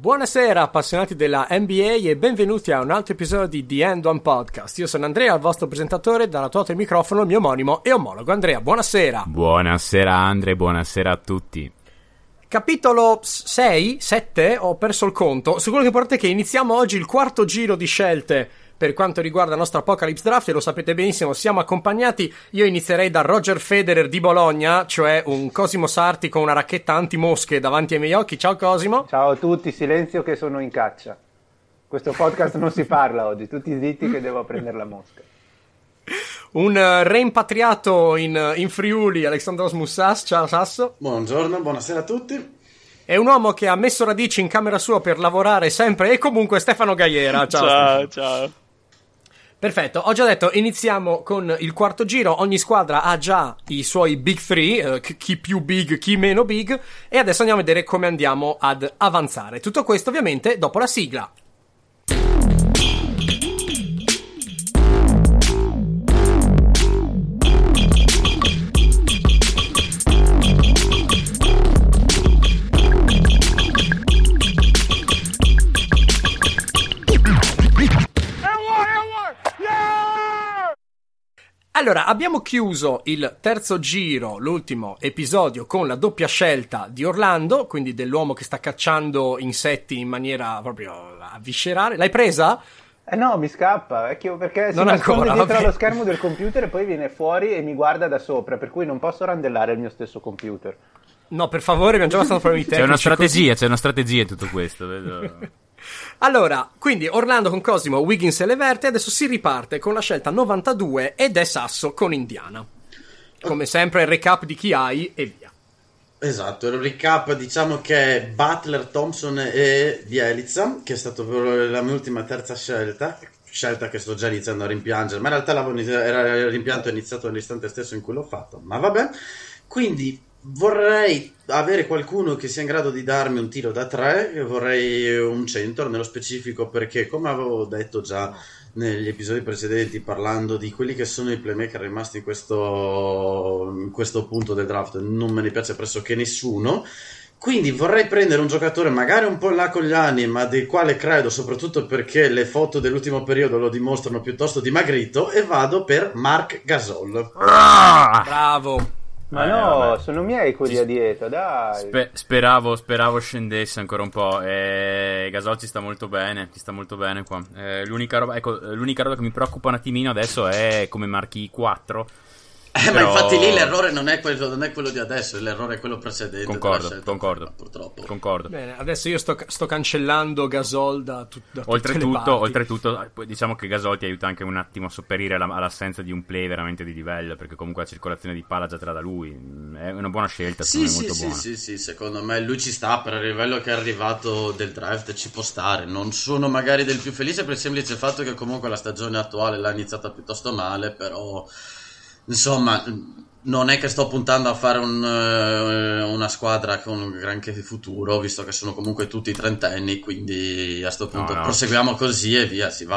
Buonasera appassionati della NBA e benvenuti a un altro episodio di The End One Podcast. Io sono Andrea, il vostro presentatore, dalla tua il microfono il mio omonimo e omologo Andrea. Buonasera. Buonasera Andre, buonasera a tutti. Capitolo 6, 7, ho perso il conto. Su quello che importante è che iniziamo oggi il quarto giro di scelte per quanto riguarda la nostra Apocalypse Draft, e lo sapete benissimo, siamo accompagnati. Io inizierei da Roger Federer di Bologna, cioè un Cosimo Sarti con una racchetta antimosche davanti ai miei occhi. Ciao Cosimo. Ciao a tutti, silenzio che sono in caccia. Questo podcast non si parla oggi, tutti zitti che devo prendere la mosca. Un reimpatriato in Friuli, Alexandros Moussas. Ciao Sasso. Buongiorno, buonasera a tutti. È un uomo che ha messo radici in camera sua per lavorare sempre e comunque Stefano Gaiera. Ciao. Ciao. Perfetto, ho già detto, iniziamo con il quarto giro. Ogni squadra ha già i suoi big three, chi più big, chi meno big, e adesso andiamo a vedere come andiamo ad avanzare. Tutto questo ovviamente dopo la sigla. Allora, abbiamo chiuso il terzo giro, l'ultimo episodio, con la doppia scelta di Orlando, quindi dell'uomo che sta cacciando insetti in maniera proprio viscerale. L'hai presa? No, mi scappa, perché si non nasconde ancora, dietro vabbè. allo schermo del computer e poi viene fuori e mi guarda da sopra, per cui non posso randellare il mio stesso computer. No, per favore, abbiamo già abbastanza problemi tecnici. C'è una strategia in tutto questo, vedo. Allora, quindi Orlando con Cosimo, Wiggins e Levert, e adesso si riparte con la scelta 92 ed è Sasso con Indiana. Come sempre il recap di chi hai e via. Esatto, il recap diciamo che è Butler, Thompson e Bjelica, che è stata la mia ultima terza scelta che sto già iniziando a rimpiangere, ma in realtà il rimpianto è iniziato nell'istante stesso in cui l'ho fatto, ma vabbè. Quindi vorrei avere qualcuno che sia in grado di darmi un tiro da tre, vorrei un centro nello specifico, perché come avevo detto già negli episodi precedenti parlando di quelli che sono i playmaker rimasti in questo punto del draft, non me ne piace pressoché nessuno. Quindi vorrei prendere un giocatore magari un po' in là con gli anni, ma del quale credo, soprattutto perché le foto dell'ultimo periodo lo dimostrano, piuttosto dimagrito, e vado per Marc Gasol. Bravo. Ma no, vabbè. sono miei quelli a dieta, dai. Speravo scendesse ancora un po'. Gasol ci sta molto bene qua. L'unica roba che mi preoccupa un attimino adesso è come marchi 4. Ma infatti lì l'errore non è quello di adesso, l'errore è quello precedente. Concordo. Purtroppo. Concordo. Bene, adesso io sto cancellando Gasol da tutte le parti. Oltretutto, diciamo che Gasol ti aiuta anche un attimo a sopperire all'assenza di un play veramente di livello, perché comunque la circolazione di palla già te la dà lui. È una buona scelta, Sì, buona. sì, secondo me lui ci sta, per il livello che è arrivato del draft ci può stare. Non sono magari del più felice per il semplice fatto che comunque la stagione attuale l'ha iniziata piuttosto male, però insomma non è che sto puntando a fare una squadra con un granché futuro, visto che sono comunque tutti trentenni, quindi a sto punto proseguiamo così e via, si va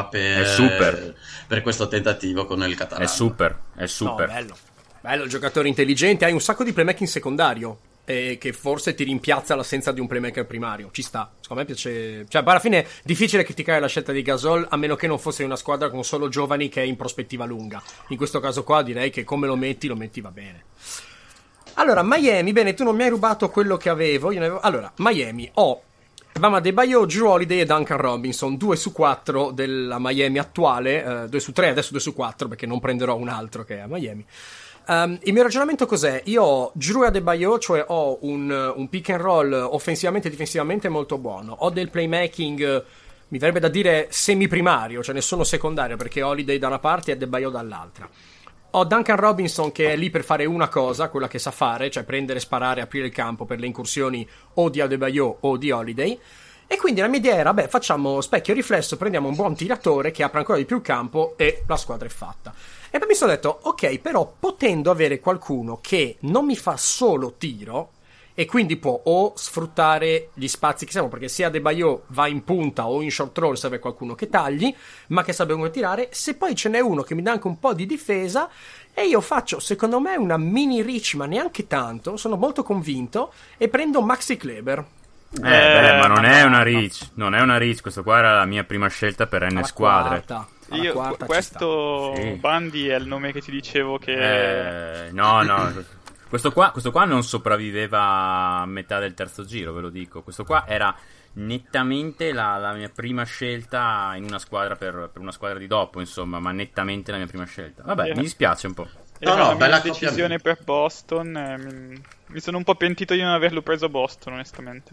per questo tentativo con il Catalano. È super. No, bello, giocatore intelligente, hai un sacco di playmaking secondario, che forse ti rimpiazza l'assenza di un playmaker primario. Ci sta, secondo me piace. Cioè, alla fine è difficile criticare la scelta di Gasol, a meno che non fosse una squadra con solo giovani che è in prospettiva lunga. In questo caso qua direi che come lo metti va bene. Allora, Miami, bene, tu non mi hai rubato quello che avevo. Allora, Miami, ho Bam Adebayo, Jrue Holiday e Duncan Robinson, 2 su 4 della Miami attuale, 2 su 3, adesso 2 su 4 perché non prenderò un altro che è a Miami. Il mio ragionamento cos'è? Io ho Jrue Adebayo, cioè ho un pick and roll offensivamente e difensivamente molto buono, ho del playmaking, mi verrebbe da dire semi-primario, cioè nessuno secondario, perché Holiday da una parte e Adebayo dall'altra. Ho Duncan Robinson che è lì per fare una cosa, quella che sa fare, cioè prendere, sparare, aprire il campo per le incursioni o di Adebayo o di Holiday. E quindi la mia idea era, facciamo specchio riflesso, prendiamo un buon tiratore che apra ancora di più il campo e la squadra è fatta. E poi mi sono detto, ok, però potendo avere qualcuno che non mi fa solo tiro e quindi può o sfruttare gli spazi che servono, perché se Adebayo va in punta o in short roll serve qualcuno che tagli, ma che sappia come tirare, se poi ce n'è uno che mi dà anche un po' di difesa, e io faccio, secondo me, una mini reach, ma neanche tanto, sono molto convinto, e prendo Maxi Kleber. Ma non è una reach. Non è una reach. Questo qua era la mia prima scelta per N squadre. Questo Bundy è il nome che ti dicevo che... No. Questo qua non sopravviveva a metà del terzo giro, ve lo dico. Questo qua era nettamente la mia prima scelta in una squadra per una squadra di dopo, insomma, ma nettamente la mia prima scelta. Vabbè, mi dispiace un po'. Era la mia decisione per Boston. Mi sono un po' pentito di non averlo preso a Boston, onestamente.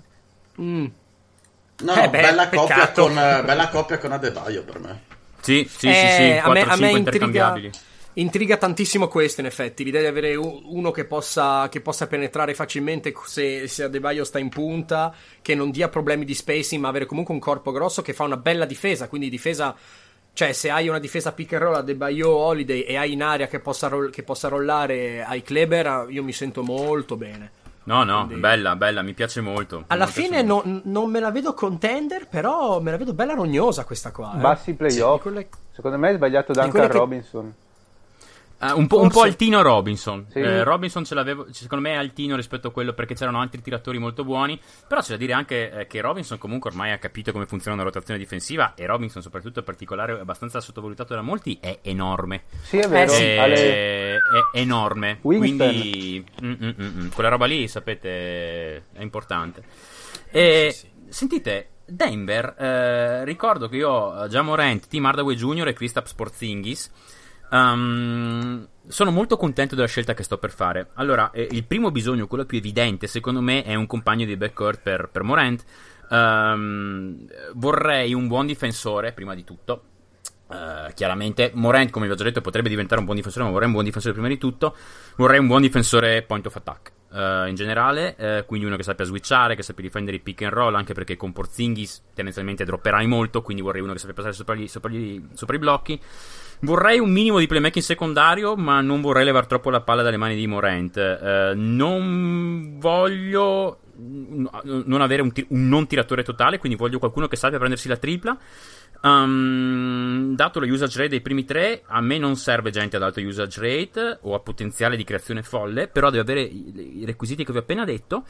Bella coppia con Adebayo per me. Sì, 4-5 intercambiabili. Intriga tantissimo questo, in effetti, l'idea di avere uno che possa penetrare facilmente se Adebayo sta in punta, che non dia problemi di spacing, ma avere comunque un corpo grosso che fa una bella difesa, quindi difesa, cioè se hai una difesa pick and roll Adebayo Holiday e hai in area che possa rollare ai Kleber, io mi sento molto bene. No, quindi... bella, mi piace molto. Alla fine non me la vedo contender, però me la vedo bella rognosa questa qua. Bassi playoff, secondo me è sbagliato Duncan Robinson. Un po' altino Robinson. Sì. Robinson ce l'avevo, secondo me è altino rispetto a quello, perché c'erano altri tiratori molto buoni. Però c'è da dire anche che Robinson comunque ormai ha capito come funziona una rotazione difensiva, e Robinson soprattutto in particolare, abbastanza sottovalutato da molti, è enorme. Sì, è vero. È enorme. Wingspan. Quindi quella roba lì, sapete, è importante. Sì. Sentite, Denver, ricordo che io ho già Morant, Tim Hardaway Jr. e Kristaps Porzingis. Sono molto contento della scelta che sto per fare. Allora, il primo bisogno, quello più evidente secondo me, è un compagno di backcourt per Morant. Vorrei un buon difensore prima di tutto. Chiaramente Morant, come vi ho già detto, potrebbe diventare un buon difensore, ma vorrei un buon difensore prima di tutto. Vorrei un buon difensore point of attack in generale, quindi uno che sappia switchare, che sappia difendere i pick and roll, anche perché con Porzingis tendenzialmente dropperai molto, quindi vorrei uno che sappia passare sopra i blocchi. Vorrei un minimo di playmaking secondario, ma non vorrei levare troppo la palla dalle mani di Morant. Non voglio non avere un non tiratore totale, quindi voglio qualcuno che sappia prendersi la tripla. Dato lo usage rate dei primi tre, a me non serve gente ad alto usage rate o a potenziale di creazione folle, però deve avere i requisiti che vi ho appena detto.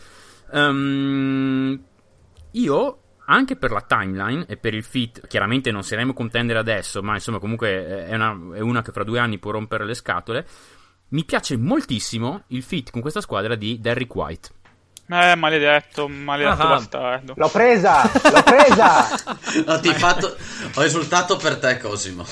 Io, anche per la timeline e per il fit, chiaramente non saremo contendere adesso, ma insomma comunque è una che fra 2 anni può rompere le scatole. Mi piace moltissimo il fit con questa squadra di Derrick White. Maledetto bastardo. L'ho presa! Ho esultato per te, Cosimo.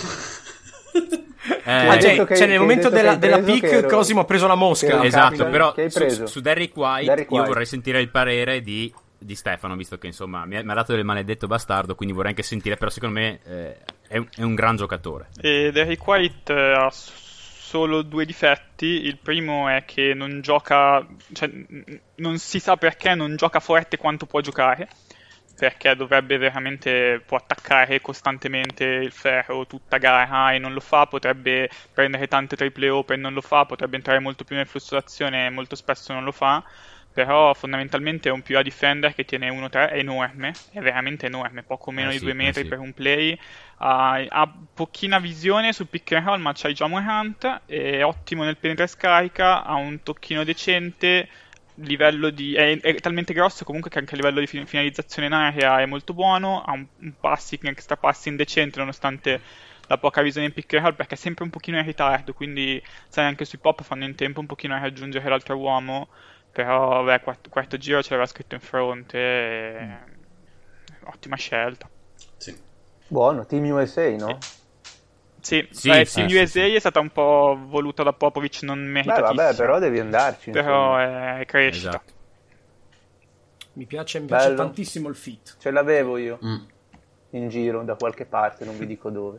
Nel momento della pick Cosimo ha preso la mosca. Esatto, però su Derrick White io vorrei sentire il parere di Stefano, visto che insomma mi ha dato del maledetto bastardo, quindi vorrei anche sentire, però secondo me è un gran giocatore. E Derrick White ha solo 2 difetti. Il primo è che non gioca, cioè non si sa perché non gioca forte quanto può giocare, perché dovrebbe veramente, può attaccare costantemente il ferro tutta gara e non lo fa, potrebbe prendere tante triple open, non lo fa, potrebbe entrare molto più nel flusso d'azione e molto spesso non lo fa. Però fondamentalmente è un PUA defender che tiene 1-3, è enorme, è veramente enorme, poco meno di 2 metri per un play, ha pochina visione sul pick and roll, ma c'ha Ja Morant, è ottimo nel penetra e scarica, ha un tocchino decente, è talmente grosso comunque che anche a livello di finalizzazione in area è molto buono, ha un passing, extra passing decente nonostante la poca visione in pick and roll, perché è sempre un pochino in ritardo, quindi sai, anche sui pop fanno in tempo un pochino a raggiungere l'altro uomo. Però quarto giro c'era scritto in fronte, ottima scelta. Sì. Buono, Team USA, no? Sì, Team USA è stata un po' voluta da Popovic, non meritatissima. Vabbè, però devi andarci. Però è crescita. Esatto. Mi piace tantissimo il fit. Ce l'avevo io in giro da qualche parte, non vi dico dove.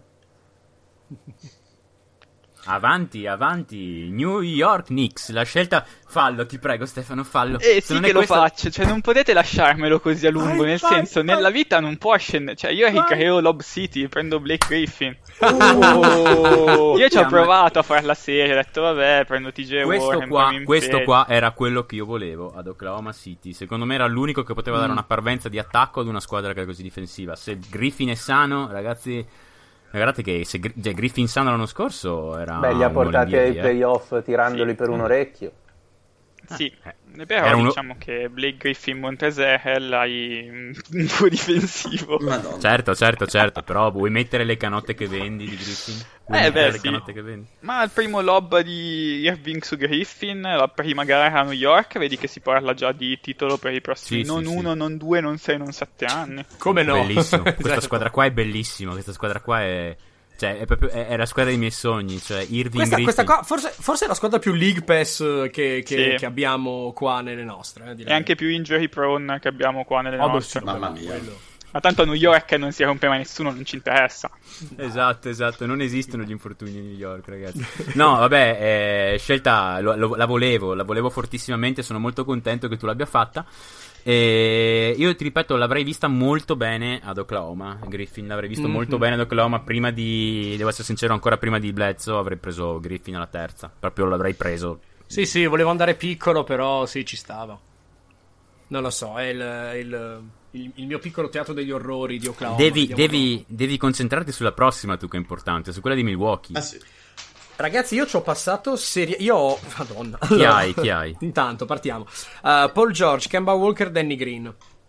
Avanti, New York Knicks, la scelta, fallo, ti prego Stefano, fallo. Sì che lo faccio, cioè non potete lasciarmelo così a lungo, nella vita non può scendere, cioè io ricreo Lob City, prendo Blake Griffin. Io ci ho provato a fare la serie, ho detto vabbè, prendo TJ Warren. Questo qua era quello che io volevo ad Oklahoma City, secondo me era l'unico che poteva dare una parvenza di attacco ad una squadra che è così difensiva. Se Griffin è sano, ragazzi... Guardate che se Griffin sano l'anno scorso era... Beh, li ha portati ai playoff tirandoli per un orecchio. Sì, però diciamo che Blake Griffin Montezl hai un tuo difensivo. Madonna. Certo, però vuoi mettere le canotte che vendi di Griffin? Beh, sì. Che vendi? Ma il primo lob di Irving su Griffin, la prima gara a New York, vedi che si parla già di titolo per i prossimi non 2, non 6, non 7 anni. Come no? Bellissimo, questa squadra qua è bellissima, questa squadra qua è... Cioè, è proprio è la squadra dei miei sogni. Cioè, Irving questa qua forse è la squadra più League Pass che abbiamo qua nelle nostre. E anche più injury prone che abbiamo qua nelle nostre. Mamma mia. Ma tanto a New York non si rompe mai nessuno, non ci interessa. Esatto, non esistono gli infortuni a New York, ragazzi. No, vabbè, scelta la volevo fortissimamente, sono molto contento che tu l'abbia fatta. E io ti ripeto, l'avrei vista molto bene ad Oklahoma. Griffin l'avrei visto molto bene ad Oklahoma. Devo essere sincero, ancora prima di Bledsoe avrei preso Griffin alla terza. Proprio l'avrei preso. Sì, volevo andare piccolo, però sì, ci stava. Non lo so, è il mio piccolo teatro degli orrori di Oklahoma. Devi concentrarti sulla prossima, tu, che è importante, su quella di Milwaukee. Sì. Ragazzi, io ci ho passato Madonna. Chi hai? Intanto, partiamo. Paul George, Kemba Walker, Danny Green.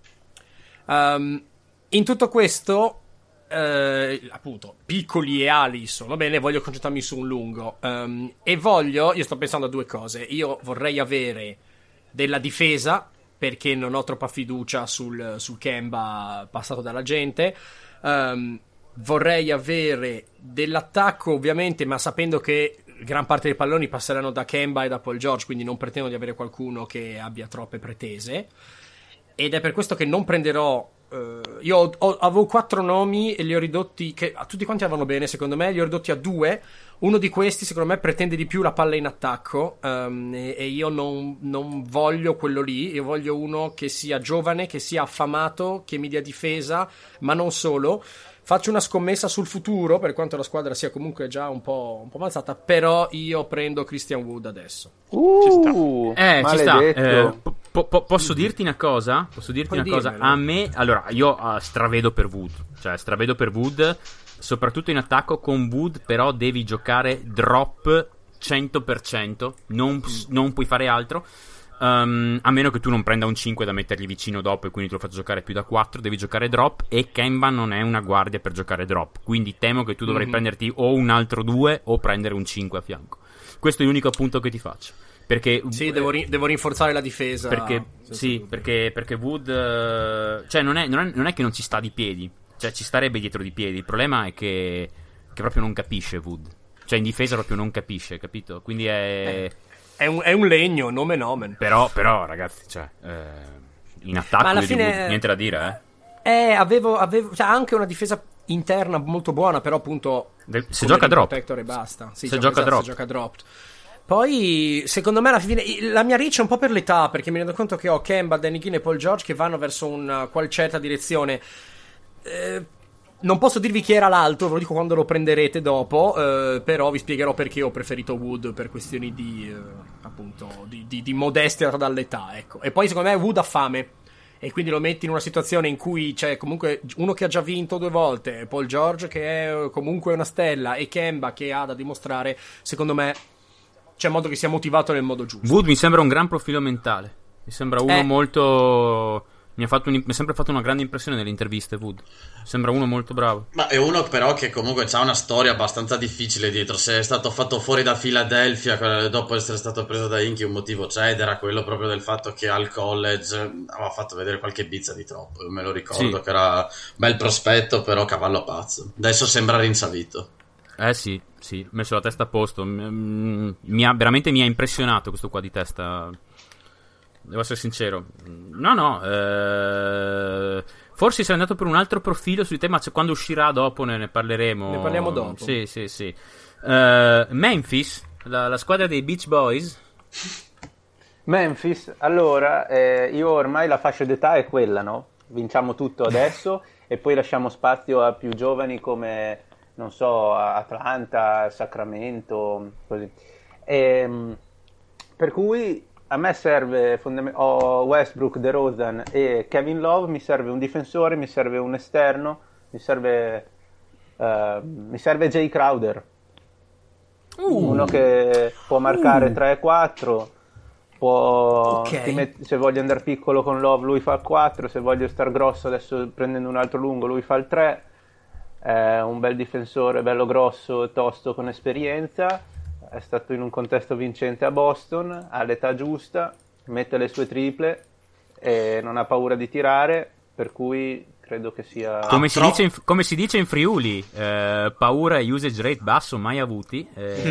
In tutto questo, appunto, piccoli e ali sono bene, voglio concentrarmi su un lungo. Io sto pensando a due cose. Io vorrei avere della difesa, perché non ho troppa fiducia sul Kemba passato dalla gente. Vorrei avere dell'attacco, ovviamente, ma sapendo che gran parte dei palloni passeranno da Kemba e da Paul George, quindi non pretendo di avere qualcuno che abbia troppe pretese. Ed è per questo che non prenderò... io avevo 4 nomi e li ho ridotti, che a tutti quanti vanno bene secondo me, li ho ridotti a 2. Uno di questi secondo me pretende di più la palla in attacco, e io non voglio quello lì. Io voglio uno che sia giovane, che sia affamato, che mi dia difesa, ma non solo. Faccio una scommessa sul futuro, per quanto la squadra sia comunque già un po' avanzata, però io prendo Christian Wood adesso. Ci sta. Posso dirti una cosa? A me, allora, io stravedo per Wood. Cioè, stravedo per Wood, soprattutto in attacco. Con Wood però devi giocare drop 100%, non puoi fare altro. A meno che tu non prenda un 5 da mettergli vicino dopo e quindi te lo faccio giocare più da 4, devi giocare drop, e Kemba non è una guardia per giocare drop, quindi temo che tu dovrai prenderti o un altro 2 o prendere un 5 a fianco. Questo è l'unico punto che ti faccio, perché sì, devo rinforzare la difesa, perché Wood cioè non è che non ci sta di piedi, cioè ci starebbe dietro di piedi. Il problema è che proprio non capisce Wood, cioè in difesa proprio non capisce, capito? Quindi è un legno, nome nomen. Però ragazzi, cioè, in attacco alla fine, niente da dire, avevo cioè, anche una difesa interna molto buona, però appunto se gioca drop e basta. Sì, se gioca drop. Poi secondo me alla fine la mia reach è un po' per l'età, perché mi rendo conto che ho Kemba, Danny Green e Paul George che vanno verso una qual certa direzione. Non posso dirvi chi era l'altro, ve lo dico quando lo prenderete dopo, però vi spiegherò perché ho preferito Wood per questioni di modestia dall'età, ecco. E poi secondo me Wood ha fame, e quindi lo metti in una situazione in cui c'è comunque uno che ha già vinto 2 volte, Paul George che è comunque una stella, e Kemba che ha da dimostrare. Secondo me c'è modo che sia motivato nel modo giusto. Wood mi sembra un gran profilo mentale, mi sembra uno molto... Mi ha sempre fatto una grande impressione nelle interviste. Wood sembra uno molto bravo, ma è uno però che comunque ha una storia abbastanza difficile dietro. Se è stato fatto fuori da Philadelphia dopo essere stato preso da Inchi, un motivo c'è, ed era quello proprio del fatto che al college aveva fatto vedere qualche bizza di troppo. Io me lo ricordo, che era bel prospetto, però cavallo pazzo. Adesso sembra rinsavito. Sì, messo la testa a posto. Veramente mi ha impressionato questo qua di testa. Devo essere sincero. Forse sei andato per un altro profilo sul tema, quando uscirà dopo ne parleremo. Ne parliamo dopo. Sì. Memphis, la squadra dei Beach Boys. Memphis, allora, io ormai la fascia d'età è quella, no? Vinciamo tutto adesso e poi lasciamo spazio a più giovani come, non so, Atlanta, Sacramento, così. Per cui a me serve ho Westbrook, DeRozan e Kevin Love, mi serve un difensore, mi serve un esterno, mi serve Jay Crowder, uno che può marcare 3 e 4, Se voglio andare piccolo con Love lui fa il 4, se voglio star grosso adesso prendendo un altro lungo lui fa il 3. È un bel difensore, bello grosso, tosto, con esperienza, è stato in un contesto vincente a Boston, ha l'età giusta, mette le sue triple e non ha paura di tirare, per cui credo che sia... Come si dice in Friuli, paura e usage rate basso mai avuti.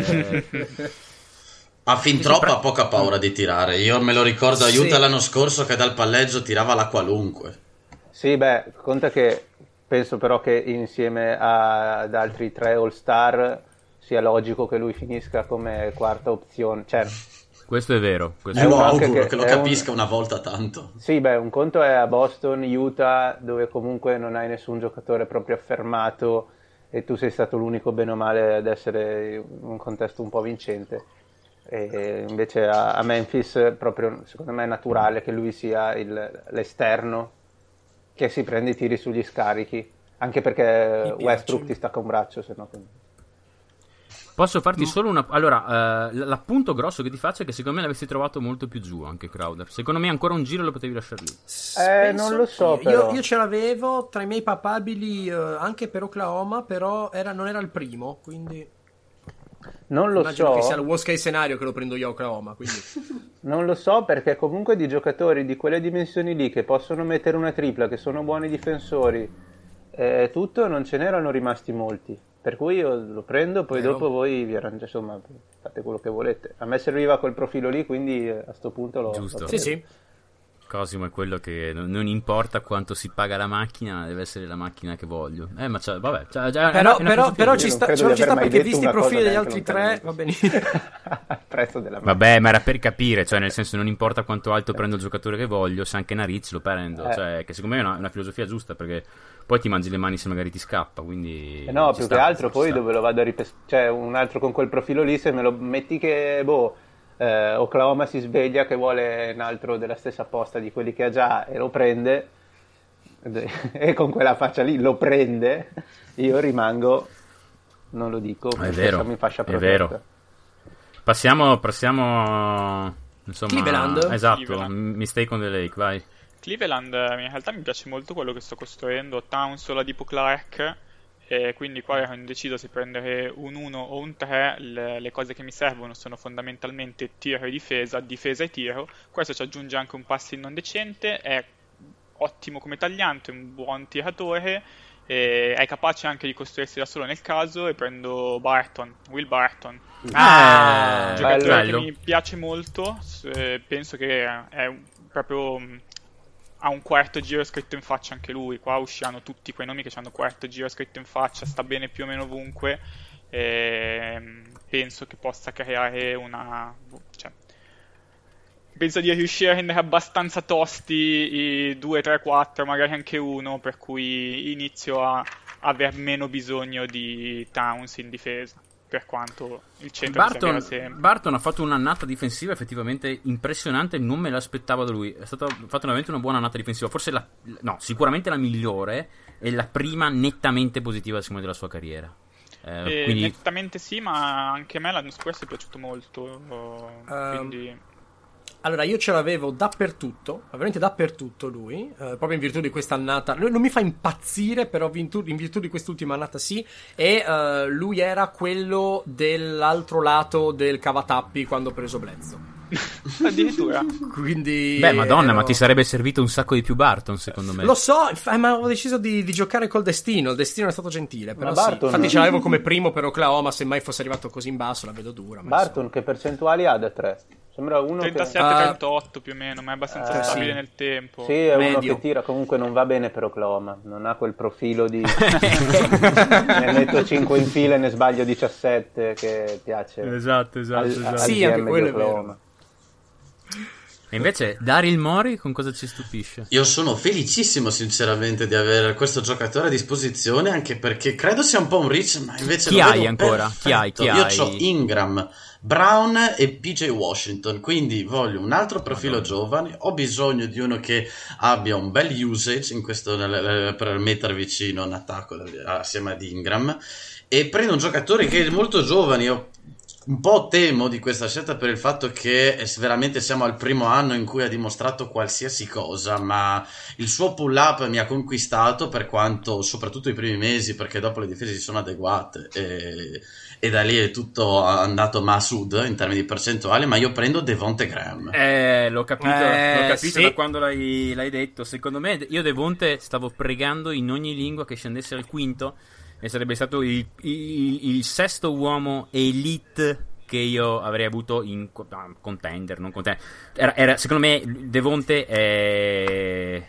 Ha fin troppa poca paura di tirare. Io me lo ricordo a Utah l'anno scorso che dal palleggio tirava la qualunque. Sì, conta che penso però che insieme ad altri 3 All-Star sia logico che lui finisca come quarta opzione. Cioè, questo è vero. Io lo auguro che lo capisca una volta tanto. Sì, un conto è a Boston, Utah, dove comunque non hai nessun giocatore proprio affermato e tu sei stato l'unico bene o male ad essere in un contesto un po' vincente. E invece a Memphis proprio secondo me è naturale che lui sia l'esterno che si prende i tiri sugli scarichi, anche perché Westbrook ti stacca un braccio, se no. Posso farti solo una... Allora, l'appunto grosso che ti faccio è che secondo me l'avresti trovato molto più giù anche Crowder. Secondo me ancora un giro lo potevi lasciare lì. Non lo so, però. Io ce l'avevo tra i miei papabili anche per Oklahoma, però non era il primo, quindi... Non lo immagino so. che sia il worst case scenario che lo prendo io a Oklahoma, quindi... Non lo so, perché comunque di giocatori di quelle dimensioni lì che possono mettere una tripla, che sono buoni difensori, tutto, non ce n'erano rimasti molti. Per cui io lo prendo, poi dopo voi vi arrangiate, insomma, fate quello che volete. A me serviva quel profilo lì, quindi a sto punto l'ho Giusto. Sì. Cosimo è quello che non importa quanto si paga la macchina, deve essere la macchina che voglio. Ma però ci sta perché visti i profili degli altri 3 va benissimo. Prezzo della Vabbè, ma era per capire, cioè nel senso non importa quanto alto prendo il giocatore che voglio, se anche Nariz lo prendo, cioè che secondo me è una filosofia giusta, perché poi ti mangi le mani se magari ti scappa, quindi no, più che altro poi dove lo vado a cioè un altro con quel profilo lì, se me lo metti che Oklahoma si sveglia che vuole un altro della stessa posta di quelli che ha già e lo prende, e con quella faccia lì lo prende, io rimango, non lo dico, è vero, mi fascia è vero. Passiamo insomma, Cleveland. Esatto, Cleveland. Mistake on the Lake, vai. Cleveland, in realtà mi piace molto quello che sto costruendo, Towns o la Dipo Clark, e quindi qua ero indeciso se prendere un 1 o un 3. Le cose che mi servono sono fondamentalmente tiro e difesa e tiro. Questo ci aggiunge anche un passing non decente, è ottimo come tagliante, è un buon tiratore, è capace anche di costruirsi da solo nel caso, e prendo Will Barton, un giocatore bello. che mi piace molto, penso che è proprio... ha un quarto giro scritto in faccia anche lui. Qua usciranno tutti quei nomi che hanno quarto giro scritto in faccia, sta bene più o meno ovunque, penso che possa creare penso di riuscire a rendere abbastanza tosti i 2, 3, 4, magari anche 1, per cui inizio a aver meno bisogno di Towns in difesa, per quanto il centro mi serviva sempre. Barton ha fatto un'annata difensiva effettivamente impressionante, non me l'aspettavo da lui. È fatto veramente una buona annata difensiva, forse sicuramente la migliore e la prima nettamente positiva secondo me della sua carriera. Quindi... Nettamente sì, ma anche a me l'anno scorso è piaciuto molto, quindi... Allora, io ce l'avevo dappertutto, veramente dappertutto lui, proprio in virtù di questa annata. Lui non mi fa impazzire, però in virtù di quest'ultima annata sì, e lui era quello dell'altro lato del cavatappi quando ho preso Bledsoe. Addirittura. Quindi madonna, ma ti sarebbe servito un sacco di più Barton, secondo me. Lo so, ma ho deciso di giocare col destino. Il destino è stato gentile, però sì. Infatti ce l'avevo come primo per Oklahoma, se mai fosse arrivato così in basso la vedo dura. Barton che percentuali ha da 3? Sembra uno 37-38 più o meno, ma è abbastanza stabile nel tempo. Sì, è medio. Uno che tira, comunque non va bene per Oklahoma, non ha quel profilo di ne metto 5 in fila e ne sbaglio 17 che piace. Esatto. Sì, anche quello è vero. E invece Daryl Morey con cosa ci stupisce? Io sono felicissimo sinceramente di avere questo giocatore a disposizione, anche perché credo sia un po' un reach, ma invece chi lo hai vedo ancora? perfetto. Chi hai? Io ho Ingram, Brown e PJ Washington, quindi voglio un altro profilo giovane, ho bisogno di uno che abbia un bel usage in questo per mettere vicino un attacco assieme ad Ingram, e prendo un giocatore che è molto giovane. Io Un po' temo di questa scelta per il fatto che veramente siamo al primo anno in cui ha dimostrato qualsiasi cosa, ma il suo pull-up mi ha conquistato, per quanto, soprattutto i primi mesi, perché dopo le difese si sono adeguate e da lì è tutto andato Masud in termini di percentuali, ma io prendo Devonte Graham. L'ho capito sì. da quando l'hai detto. Secondo me, io Devonte stavo pregando in ogni lingua che scendesse al quinto, e sarebbe stato il sesto uomo elite che io avrei avuto in contender, non contender. Secondo me Devonte è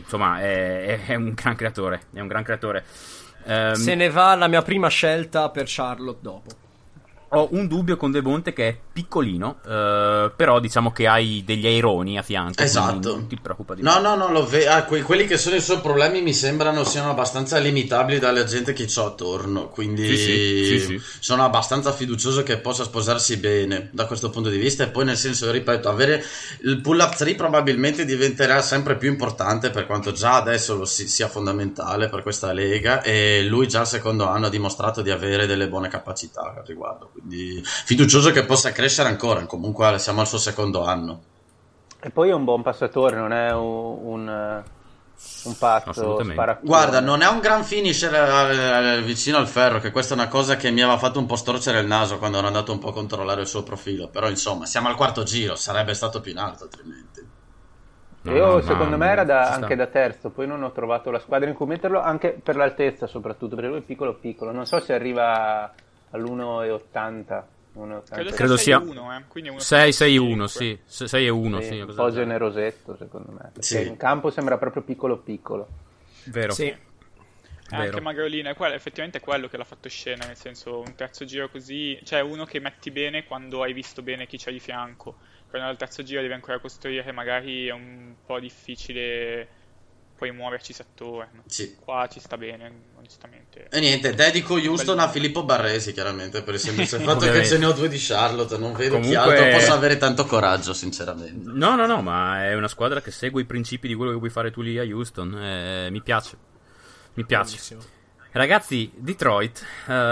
un gran creatore. È un gran creatore. Se ne va la mia prima scelta per Charlotte dopo. Ho un dubbio con Devonte che è piccolino, però diciamo che hai degli aironi a fianco. Esatto. Non ti preoccupa di quelli che sono i suoi problemi mi sembrano siano abbastanza limitabili dalle gente che c'ho attorno, quindi sì. sono abbastanza fiducioso che possa sposarsi bene da questo punto di vista. E poi, nel senso, ripeto, avere il pull-up 3 probabilmente diventerà sempre più importante, per quanto già adesso sia fondamentale per questa lega, e lui già al secondo anno ha dimostrato di avere delle buone capacità al riguardo, quindi fiducioso che possa crescere ancora. Comunque siamo al suo secondo anno. E poi è un buon passatore, non è un pazzo sparaculo. Guarda, non è un gran finisher vicino al ferro, che questa è una cosa che mi aveva fatto un po' storcere il naso quando ero andato un po' a controllare il suo profilo, però insomma siamo al quarto giro, sarebbe stato più in alto altrimenti. Secondo me era anche da terzo, poi non ho trovato la squadra in cui metterlo, anche per l'altezza soprattutto, perché lui è piccolo, non so se arriva all'1,80. Credo sia 1, quindi 6-6-1, sì, 6-1, sì, un po' generosetto secondo me, perché in campo sembra proprio piccolo. Vero. Sì. Anche Magrolina, effettivamente è quello che l'ha fatto scena, nel senso, un terzo giro così, cioè uno che metti bene quando hai visto bene chi c'è di fianco, però nel terzo giro devi ancora costruire, magari è un po' difficile poi muoverci attorno. Sì. Qua ci sta bene, onestamente. E niente, dedico Houston a Filippo Barresi, chiaramente, per il semplice fatto che ce ne ho due di Charlotte, non vedo chi altro possa avere tanto coraggio, sinceramente. No, ma è una squadra che segue i principi di quello che vuoi fare tu lì a Houston, mi piace. Bellissimo. Ragazzi, Detroit,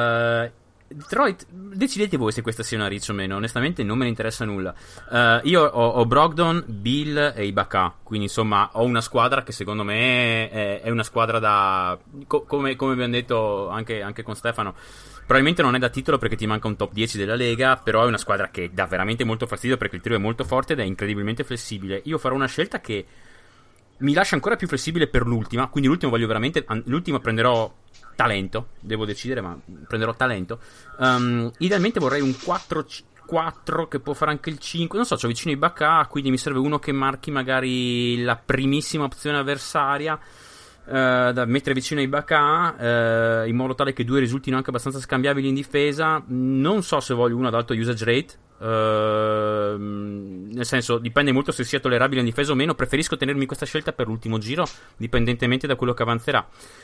decidete voi se questa sia una reach o meno. Onestamente non me ne interessa nulla. Io ho Brogdon, Bill e Ibaka, quindi insomma ho una squadra che secondo me è una squadra da come abbiamo detto anche con Stefano, probabilmente non è da titolo perché ti manca un top 10 della Lega, però è una squadra che dà veramente molto fastidio perché il trio è molto forte ed è incredibilmente flessibile. Io farò una scelta che mi lascia ancora più flessibile per l'ultima, quindi l'ultima prenderò talento, devo decidere, ma prenderò talento. Idealmente vorrei un 4 che può fare anche il 5, non so, c'ho vicino Ibaka, quindi mi serve uno che marchi magari la primissima opzione avversaria, da mettere vicino Ibaka, in modo tale che due risultino anche abbastanza scambiabili in difesa. Non so se voglio uno ad alto usage rate, nel senso dipende molto se sia tollerabile in difesa o meno. Preferisco tenermi questa scelta per l'ultimo giro, dipendentemente da quello che avanzerà.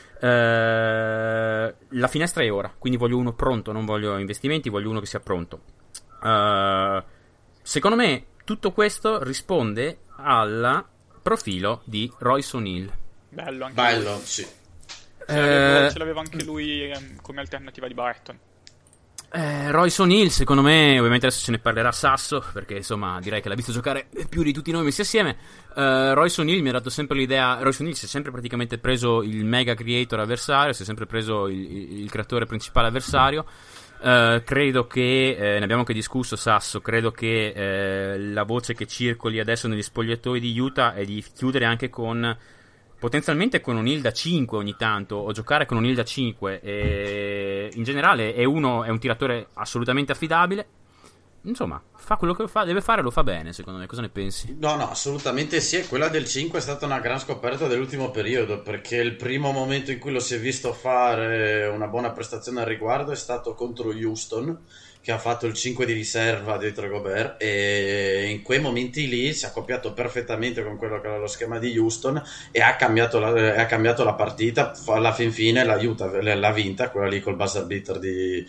La finestra è ora, quindi voglio uno pronto, non voglio investimenti, voglio uno che sia pronto. Secondo me tutto questo risponde al profilo di Royce O'Neal. Bello, sì. Ce l'aveva anche lui come alternativa di Barton. Royce O'Neal, secondo me, ovviamente adesso ce ne parlerà Sasso, perché insomma direi che l'ha visto giocare più di tutti noi messi assieme. Royce O'Neal mi ha dato sempre l'idea. Royce O'Neal si è sempre praticamente preso il mega creator avversario, si è sempre preso il creatore principale avversario. Credo che ne abbiamo anche discusso, Sasso, credo che la voce che circoli adesso negli spogliatoi di Utah è di chiudere anche potenzialmente con O'Neal da 5 ogni tanto, o giocare con O'Neal da 5, e in generale è un tiratore assolutamente affidabile. Insomma, fa quello che deve fare, lo fa bene, secondo me. Cosa ne pensi? No, assolutamente sì. E quella del 5 è stata una gran scoperta dell'ultimo periodo, perché il primo momento in cui lo si è visto fare una buona prestazione al riguardo è stato contro Houston, che ha fatto il 5 di riserva dietro Gobert, e in quei momenti lì si è accoppiato perfettamente con quello che era lo schema di Houston e ha cambiato la partita. Alla fin fine l'ha vinta, quella lì col buzzer beater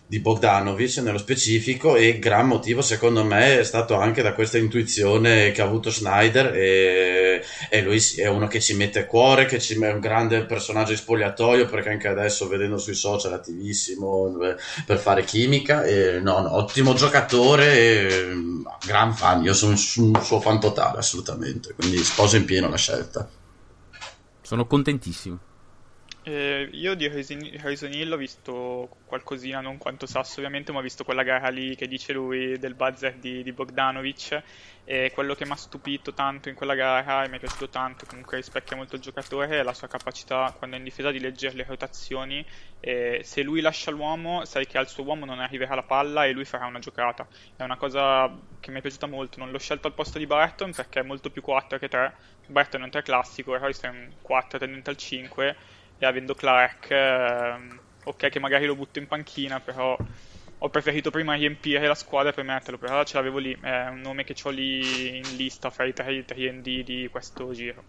di Bogdanovic nello specifico, e gran motivo secondo me è stato anche da questa intuizione che ha avuto Snyder, e lui è uno che ci mette cuore, è un grande personaggio di spogliatoio, perché anche adesso vedendo sui social è attivissimo per fare chimica, e no, ottimo giocatore, gran fan, io sono un suo fan totale assolutamente, quindi sposo in pieno la scelta. Sono contentissimo. Io di Horizon Hill ho visto qualcosina, non quanto Sasso ovviamente, ma ho visto quella gara lì che dice lui del buzzer di Bogdanovic, e quello che mi ha stupito tanto in quella gara e mi è piaciuto tanto, comunque rispecchia molto il giocatore, è la sua capacità quando è in difesa di leggere le rotazioni. Se lui lascia l'uomo, sai che al suo uomo non arriverà la palla e lui farà una giocata. È una cosa che mi è piaciuta molto. Non l'ho scelto al posto di Barton perché è molto più 4 che 3. Barton è un 3 classico, Royce è un 4 tendente al 5, e avendo Clark, ok che magari lo butto in panchina, però ho preferito prima riempire la squadra per metterlo, però ce l'avevo lì, è un nome che ho lì in lista fra i 3D di questo giro.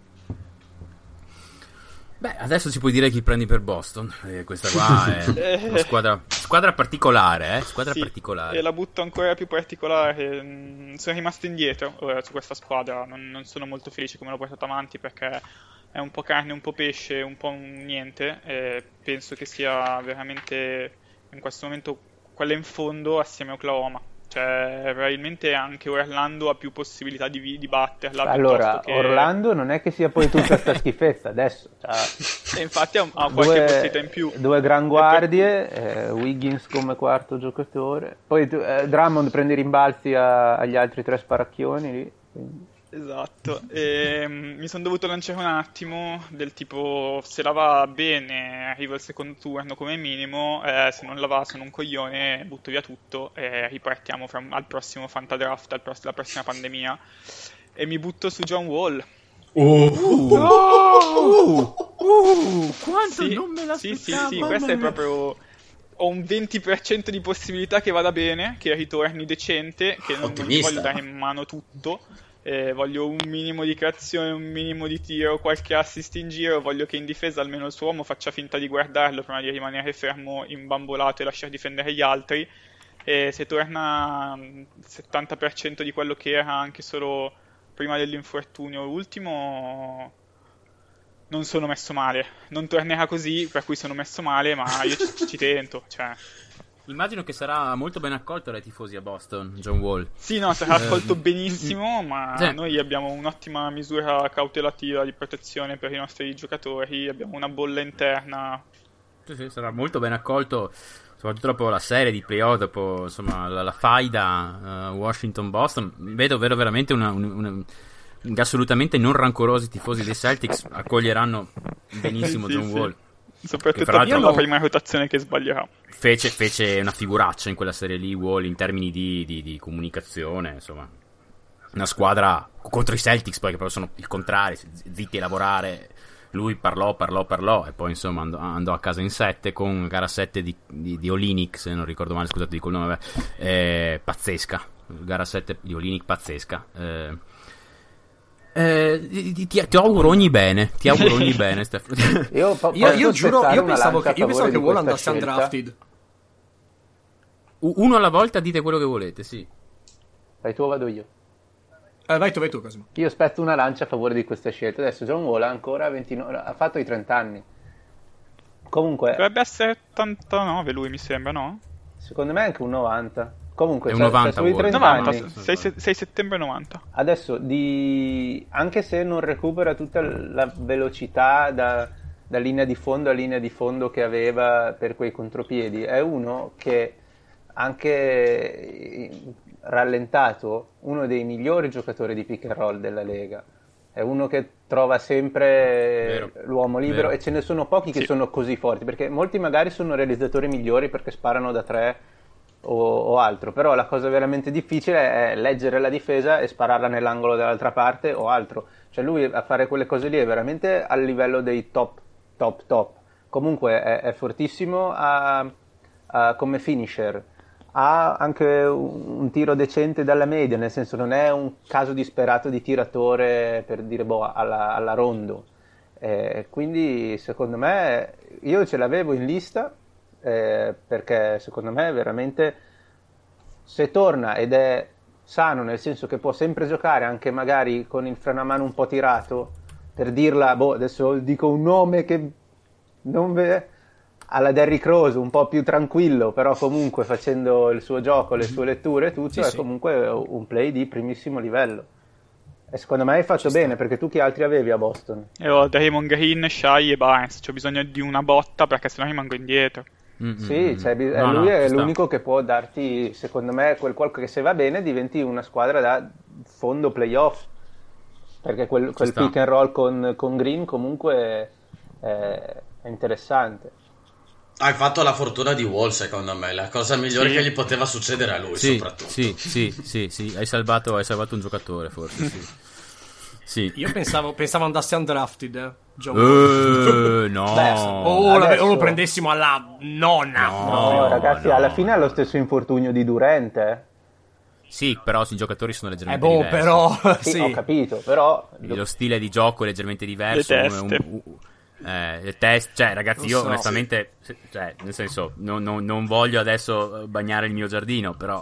Beh, adesso ci puoi dire chi prendi per Boston. Questa qua è una squadra particolare, sì, particolare. E la butto ancora più particolare. Sono rimasto indietro ora su questa squadra, non sono molto felice come l'ho portata avanti, perché è un po' carne, un po' pesce, un po' un niente, e penso che sia veramente in questo momento quella in fondo assieme a Oklahoma. Cioè, probabilmente anche Orlando ha più possibilità di batterla. Allora, che... Orlando non è che sia poi tutta sta schifezza adesso. Cioè, e infatti ha qualche possibilità in più. Due gran guardie, Wiggins come quarto giocatore. Poi Drummond prende i rimbalzi agli altri 3 sparacchioni lì. Quindi. Esatto, mi sono dovuto lanciare un attimo del tipo, se la va bene arrivo al secondo turno come minimo, se non la va sono un coglione, butto via tutto e ripartiamo al prossimo Fantadraft, la prossima pandemia, e mi butto su John Wall. Quanto non me l'aspettavo. Sì, questa è proprio... Ho un 20% di possibilità che vada bene, che ritorni decente, che non ti voglio dare in mano tutto. Voglio un minimo di creazione, un minimo di tiro, qualche assist in giro, voglio che in difesa almeno il suo uomo faccia finta di guardarlo prima di rimanere fermo imbambolato e lasciare difendere gli altri, e se torna 70% di quello che era anche solo prima dell'infortunio ultimo, non sono messo male. Non tornerà così, per cui sono messo male, ma io ci tento, cioè... Immagino che sarà molto ben accolto dai tifosi a Boston, John Wall. Sì, no, sarà accolto benissimo, ma noi abbiamo un'ottima misura cautelativa di protezione per i nostri giocatori, abbiamo una bolla interna. Sì, sarà molto ben accolto, soprattutto dopo la serie di playoff, dopo insomma la faida Washington-Boston. Vedo veramente assolutamente non rancorosi tifosi dei Celtics accoglieranno benissimo John Wall. Soprattutto per la prima rotazione che sbaglierà. Fece una figuraccia in quella serie lì Wall in termini di comunicazione, insomma. Una squadra contro i Celtics poi che proprio sono il contrario, zitti a lavorare. Lui parlò e poi insomma andò a casa in 7 con gara 7 di Olynyk, se non ricordo male, scusate dico il nome, pazzesca, gara 7 di Olynyk pazzesca. Ti auguro ogni bene, Stefano. Io giuro, io pensavo che Wall andasse undrafted. Uno alla volta, dite quello che volete, sì. Vai tu o vado io? Vai tu, Cosimo. Io aspetto una lancia a favore di questa scelta. Adesso John Wall ha ancora 29, ha fatto i 30 anni. Comunque dovrebbe essere 89 lui, mi sembra, no? Secondo me è anche un 90. Comunque è un 90, sui 30 90 anni. 6 settembre 90. Adesso anche se non recupera tutta la velocità da linea di fondo a linea di fondo che aveva per quei contropiedi, è uno che anche rallentato, uno dei migliori giocatori di pick and roll della Lega. È uno che trova sempre l'uomo libero, e ce ne sono pochi che sono così forti, perché molti magari sono realizzatori migliori perché sparano da 3 o altro, però la cosa veramente difficile è leggere la difesa e spararla nell'angolo dall'altra parte o altro. Cioè lui a fare quelle cose lì è veramente al livello dei top. Comunque è fortissimo come finisher, ha anche un tiro decente dalla media, nel senso non è un caso disperato di tiratore per dire alla Rondo, quindi secondo me io ce l'avevo in lista perché secondo me veramente, se torna ed è sano, nel senso che può sempre giocare anche magari con il freno a mano un po' tirato, per dirla, adesso dico un nome che non alla Derrick Rose, un po' più tranquillo, però comunque facendo il suo gioco, le sue letture e tutto, è comunque un play di primissimo livello. E secondo me hai fatto bene, perché tu chi altri avevi a Boston? Io ho Draymond Green, Shai e Barnes. C'ho bisogno di una botta perché sennò rimango indietro. Sì, lui è l'unico che può darti, secondo me, quel che se va bene diventi una squadra da fondo playoff, perché quel pick and roll con Green comunque è interessante. Hai fatto la fortuna di Wall, secondo me, la cosa migliore che gli poteva succedere a lui, soprattutto. Sì, hai salvato un giocatore, forse, sì. Io pensavo andasse undrafted, no. O lo prendessimo alla nonna. No, ragazzi, alla fine ha lo stesso infortunio di Durant, Sì, però i giocatori sono leggermente diversi. Però sì, ho capito, però lo stile di gioco è leggermente diverso. Le test, cioè ragazzi, io onestamente, cioè, nel senso, non voglio adesso bagnare il mio giardino, però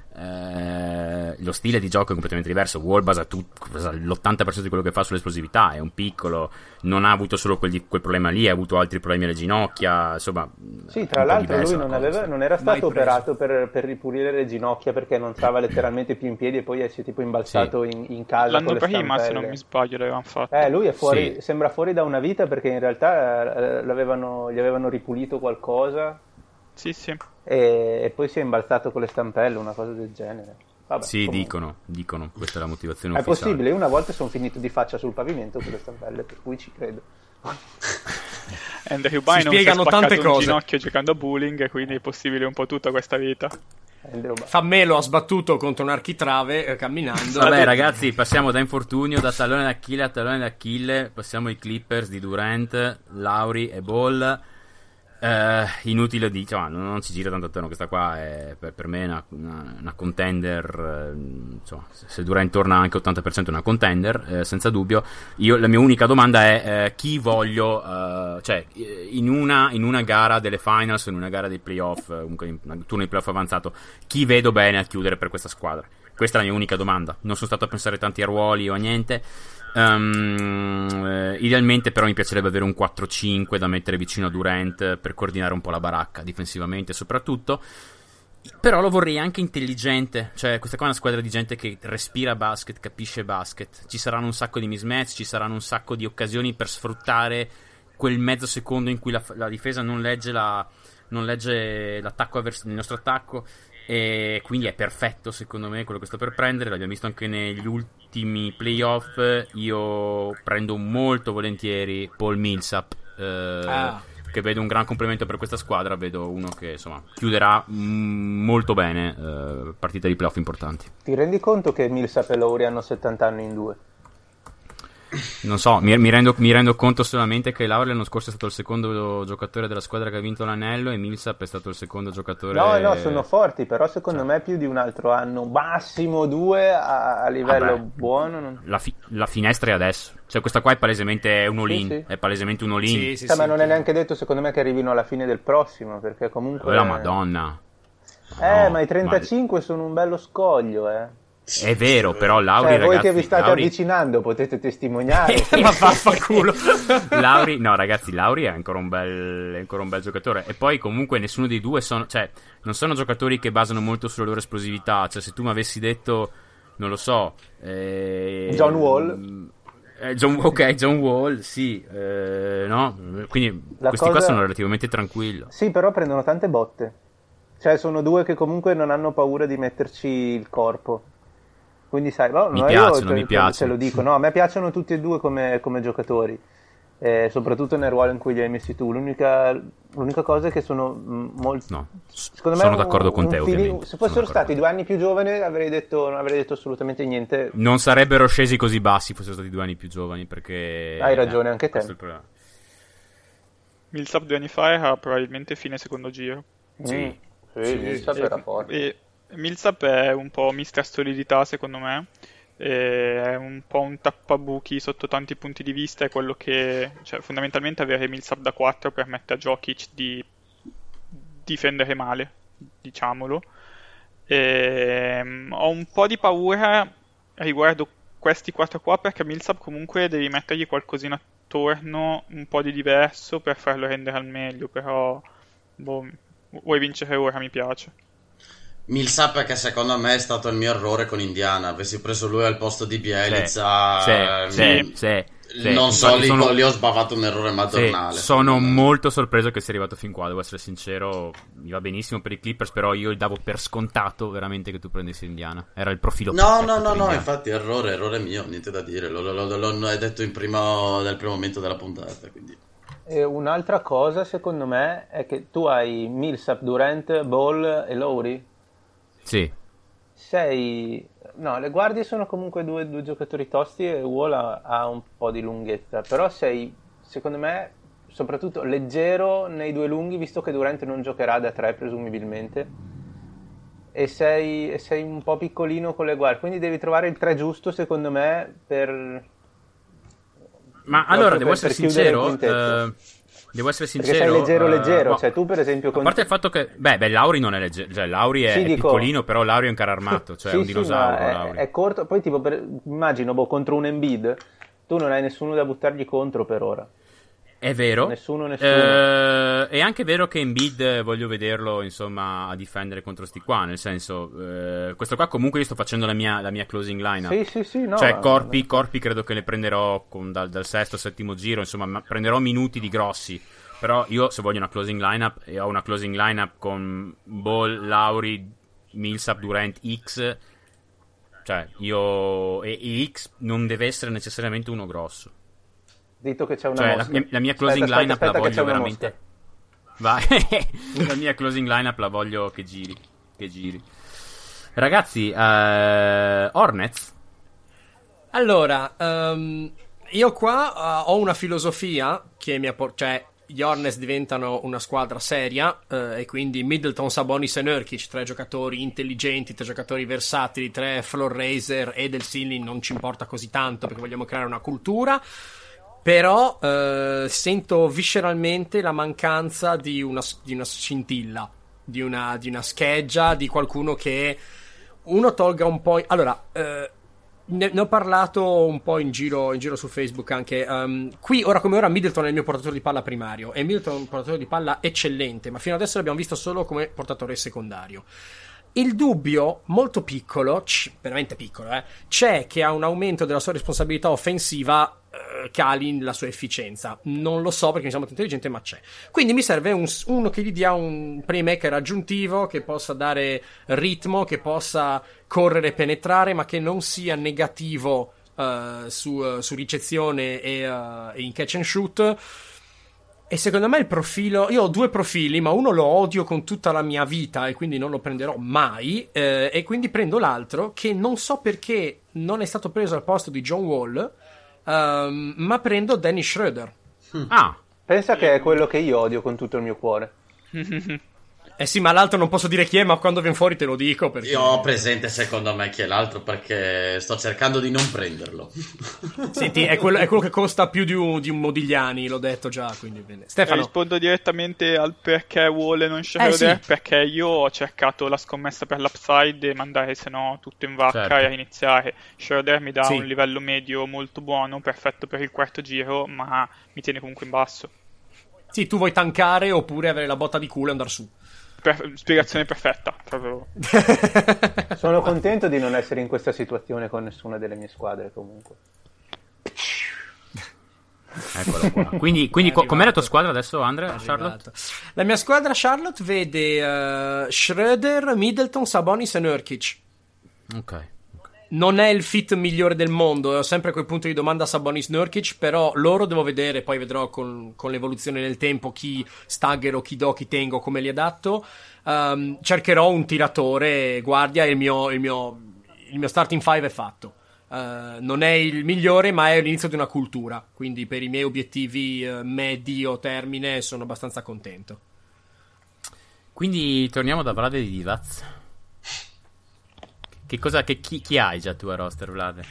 lo stile di gioco è completamente diverso. Wall basa l'80% di quello che fa sull'esplosività, è un piccolo, non ha avuto solo quel problema lì, ha avuto altri problemi alle ginocchia, insomma. Sì, tra l'altro lui non era stato operato per ripulire le ginocchia, perché non stava letteralmente più in piedi e poi si è tipo imbalzato in casa. L'anno prima, se non mi sbaglio, l'avevano fatto. Lui è fuori, sembra fuori da una vita, perché in realtà gli avevano ripulito qualcosa. Sì. E poi si è imbalzato con le stampelle, una cosa del genere. Vabbè, sì, comunque. dicono, questa è la motivazione è ufficiale. È possibile, io una volta sono finito di faccia sul pavimento con le stampelle, per cui ci credo. Andrew Bynum si spiegano tante cose. Un ginocchio giocando a bowling, quindi è possibile un po' tutta questa vita. Fammelo ha sbattuto contro un architrave camminando. Vabbè, ragazzi, passiamo da infortunio, da tallone d'Achille a tallone d'Achille. Passiamo ai Clippers di Durant, Lowry e Ball. Inutile insomma, non si gira tanto attorno. Questa qua è per me una contender, insomma, se Durant torna anche 80% è una contender, senza dubbio. La mia unica domanda è chi voglio, cioè in una gara delle finals, in una gara dei playoff, comunque in un turno di playoff avanzato, chi vedo bene a chiudere per questa squadra? Questa è la mia unica domanda. Non sono stato a pensare tanti a ruoli o a niente. Idealmente però mi piacerebbe avere un 4-5 da mettere vicino a Durant per coordinare un po' la baracca difensivamente soprattutto, però lo vorrei anche intelligente, cioè questa qua è una squadra di gente che respira basket, capisce basket, ci saranno un sacco di mismatch, ci saranno un sacco di occasioni per sfruttare quel mezzo secondo in cui la difesa non legge l'attacco il nostro attacco, e quindi è perfetto secondo me quello che sto per prendere. L'abbiamo visto anche negli ultimi playoff. Io prendo molto volentieri Paul Millsap, che vedo un gran complemento per questa squadra. Vedo uno che insomma chiuderà molto bene partite di playoff importanti. Ti rendi conto che Millsap e Lowry hanno 70 anni in due? Non so, mi rendo conto solamente che Lowry l'anno scorso è stato il secondo giocatore della squadra che ha vinto l'anello e Millsap è stato il secondo giocatore. No, sono forti, però secondo me più di un altro anno, massimo 2 a livello buono. La finestra è adesso, cioè questa qua è palesemente un all-in, sì. È palesemente un all-in. Sì, ma non è neanche detto secondo me che arrivino alla fine del prossimo, perché comunque la Madonna. Ma i 35 sono un bello scoglio, È vero, però Lowry, voi ragazzi, che vi state avvicinando potete testimoniare. Ma vaffanculo. Lowry è ancora un bel giocatore. E poi comunque nessuno dei due non sono giocatori che basano molto sulla loro esplosività. Cioè, se tu mi avessi detto, non lo so, John Wall. John Wall, sì, no? Quindi questi qua sono relativamente tranquilli. Sì, però prendono tante botte. Cioè, sono due che comunque non hanno paura di metterci il corpo. Quindi sai, mi piace. Te lo dico, no, a me piacciono tutti e due come giocatori, soprattutto nel ruolo in cui li hai messi tu. L'unica cosa è che sono molto... No, secondo me sono d'accordo con te, ovviamente. Se fossero stati 2 anni più giovani non avrei detto assolutamente niente. Non sarebbero scesi così bassi fossero stati 2 anni più giovani, perché... Hai ragione anche te. Questo è il problema. Millsap 2 anni fa era probabilmente fine secondo giro. Sì, Millsap era forte. Millsap è un po' mister solidità secondo me, è un po' un tappabuchi sotto tanti punti di vista. È quello che, cioè, fondamentalmente avere Millsap da 4 permette a Jokic di difendere male, diciamolo. Ho un po' di paura riguardo questi 4 qua, perché Millsap comunque devi mettergli qualcosina attorno, un po' di diverso per farlo rendere al meglio, però vuoi vincere ora, mi piace. Millsap, che secondo me è stato il mio errore con Indiana, avessi preso lui al posto di Bjelica, non so, lì ho sbavato un errore madornale. Sono molto sorpreso che sia arrivato fin qua, devo essere sincero. Mi va benissimo per i Clippers, però io davo per scontato veramente che tu prendessi Indiana. Era il profilo no, infatti errore mio, niente da dire, l'ho detto nel primo momento della puntata, quindi. E un'altra cosa secondo me è che tu hai Millsap, Durant, Ball e Lowry. Sì. No, le guardie sono comunque due giocatori tosti e Wall ha un po' di lunghezza, però sei, secondo me, soprattutto leggero nei due lunghi, visto che Durant non giocherà da 3 presumibilmente, e sei un po' piccolino con le guardie, quindi devi trovare il 3 giusto, secondo me, Ma allora, devo essere sincero, perché sei leggero, cioè tu per esempio a parte il fatto che Lauri non è leggero, cioè Lauri è piccolino, però Lauri è un carro armato, cioè è un dinosauro. È corto, poi tipo immagino contro un Embiid tu non hai nessuno da buttargli contro per ora. È vero. Nessuno. È anche vero che Embiid voglio vederlo, insomma, a difendere contro sti qua, nel senso, questo qua comunque io sto facendo la mia closing lineup. Sì, no. Cioè Corpi credo che le prenderò dal sesto, settimo giro, insomma, prenderò minuti di grossi. Però io se voglio una closing lineup, e ho una closing lineup con Ball, Lauri, Millsap, Durant, X, cioè io e X non deve essere necessariamente uno grosso. Detto che c'è una mosca. La mia closing lineup la voglio veramente. Vai. La mia closing lineup la voglio che giri. Ragazzi, Hornets. Allora, io qua ho una filosofia che cioè gli Hornets diventano una squadra seria, e quindi Middleton, Sabonis e Nurkic, 3 giocatori intelligenti, 3 giocatori versatili, 3 floor raiser, e del ceiling non ci importa così tanto perché vogliamo creare una cultura. Però sento visceralmente la mancanza di una scintilla, di una scheggia, di qualcuno che uno tolga un po'. Allora, ne ho parlato un po' in giro su Facebook anche. Qui, ora come ora, Middleton è il mio portatore di palla primario, e Middleton è un portatore di palla eccellente, ma fino adesso l'abbiamo visto solo come portatore secondario. Il dubbio, molto piccolo, veramente piccolo, c'è che a un aumento della sua responsabilità offensiva cali la sua efficienza. Non lo so perché mi sembra molto intelligente, ma c'è. Quindi mi serve uno che gli dia un playmaker aggiuntivo, che possa dare ritmo, che possa correre e penetrare, ma che non sia negativo su ricezione e in catch and shoot. E secondo me il profilo, io ho 2 profili, ma uno lo odio con tutta la mia vita e quindi non lo prenderò mai, e quindi prendo l'altro, che non so perché non è stato preso al posto di John Wall, ma prendo Dennis Schroeder. Pensa che è quello che io odio con tutto il mio cuore. Sì, ma l'altro non posso dire chi è, ma quando viene fuori te lo dico, perché... Io ho presente secondo me chi è l'altro, perché sto cercando di non prenderlo. Senti, è quello che costa più di un Modigliani, l'ho detto già, quindi bene. Stefano. Rispondo direttamente al perché vuole non Schroeder, sì. Perché io ho cercato la scommessa per l'upside e mandare se no tutto in vacca, certo. E a iniziare. Schroeder mi dà un livello medio molto buono, perfetto per il quarto giro, ma mi tiene comunque in basso. Sì, tu vuoi tankare oppure avere la botta di culo e andare su. Spiegazione perfetta, proprio. Sono contento di non essere in questa situazione con nessuna delle mie squadre, comunque. Eccolo qua. Quindi com'è la tua squadra adesso, Andre? Charlotte? La mia squadra Charlotte vede Schroeder, Middleton, Sabonis e Nurkic. Ok. Non è il fit migliore del mondo, ho sempre quel punto di domanda Sabonis Nurkic, però loro devo vedere, poi vedrò con l'evoluzione del tempo chi staggero, chi do, chi tengo, come li adatto. Cercherò un tiratore guardia e il mio starting five è fatto. Non è il migliore, ma è l'inizio di una cultura, quindi per i miei obiettivi medio termine sono abbastanza contento. Quindi torniamo da Vlade di Divac. Chi hai già tu a roster, Vlade?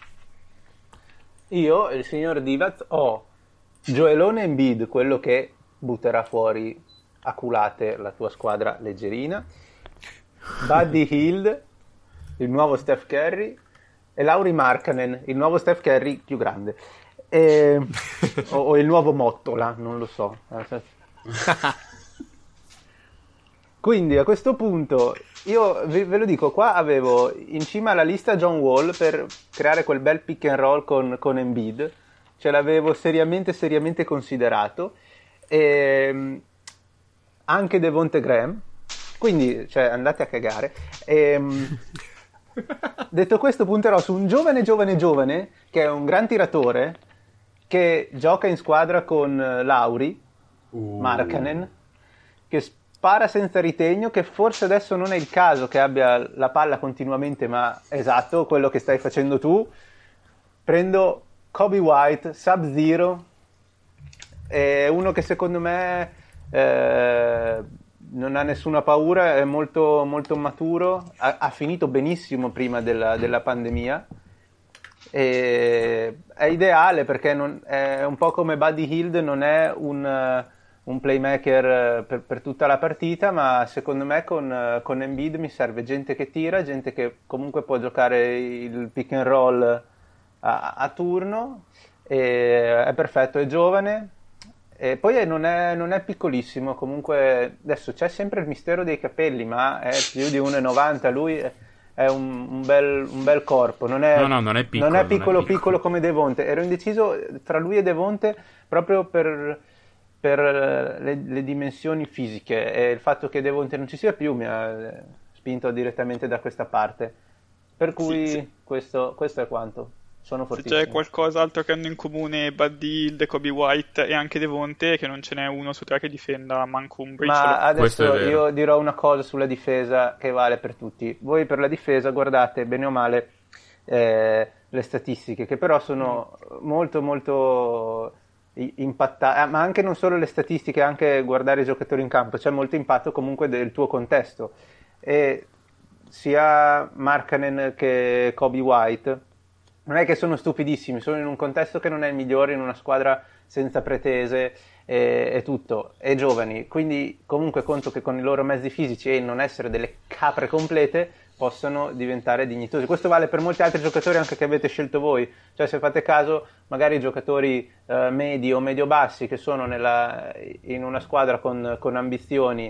Io, il signor Divac, ho Joelone Embiid, quello che butterà fuori aculate la tua squadra leggerina, Buddy Hield, il nuovo Steph Curry, e Lauri Markkanen, il nuovo Steph Curry più grande, o il nuovo Mottola, non lo so. Quindi a questo punto io ve lo dico, qua avevo in cima alla lista John Wall per creare quel bel pick and roll con Embiid, ce l'avevo seriamente considerato, e anche Devonte Graham, quindi cioè, andate a cagare. Detto questo, punterò su un giovane che è un gran tiratore, che gioca in squadra con Lauri Markkanen, che spara senza ritegno, che forse adesso non è il caso che abbia la palla continuamente, ma esatto, quello che stai facendo tu. Prendo Kobe White, Sub-Zero, è uno che secondo me non ha nessuna paura, è molto maturo, ha finito benissimo prima della pandemia, e è ideale perché è un po' come Buddy Hield, non è un playmaker per tutta la partita, ma secondo me con Embiid mi serve gente che tira, gente che comunque può giocare il pick and roll a turno, e è perfetto, è giovane, e poi non è piccolissimo, comunque adesso c'è sempre il mistero dei capelli, ma è più di 1,90, lui è un bel corpo, non è piccolo come Devonte. Ero indeciso tra lui e Devonte proprio per le dimensioni fisiche, e il fatto che Devonte non ci sia più mi ha spinto direttamente da questa parte, per cui sì. Questo è quanto. Sono fortissimo. Se c'è qualcos'altro che hanno in comune Buddy Hield, Kobe White e anche Devonte, che non ce n'è uno su tre che difenda manco un briciolo. Ma adesso io dirò una cosa sulla difesa che vale per tutti. Voi per la difesa guardate bene o male le statistiche, che però sono molto impattanti, ma anche non solo le statistiche, anche guardare i giocatori in campo, c'è molto impatto comunque del tuo contesto, e sia Markkanen che Kobe White non è che sono stupidissimi, sono in un contesto che non è il migliore, in una squadra senza pretese e tutto, e giovani, quindi comunque conto che con i loro mezzi fisici e non essere delle capre complete possano diventare dignitosi. Questo vale per molti altri giocatori anche che avete scelto voi, cioè se fate caso magari i giocatori medi o medio-bassi che sono in una squadra con ambizioni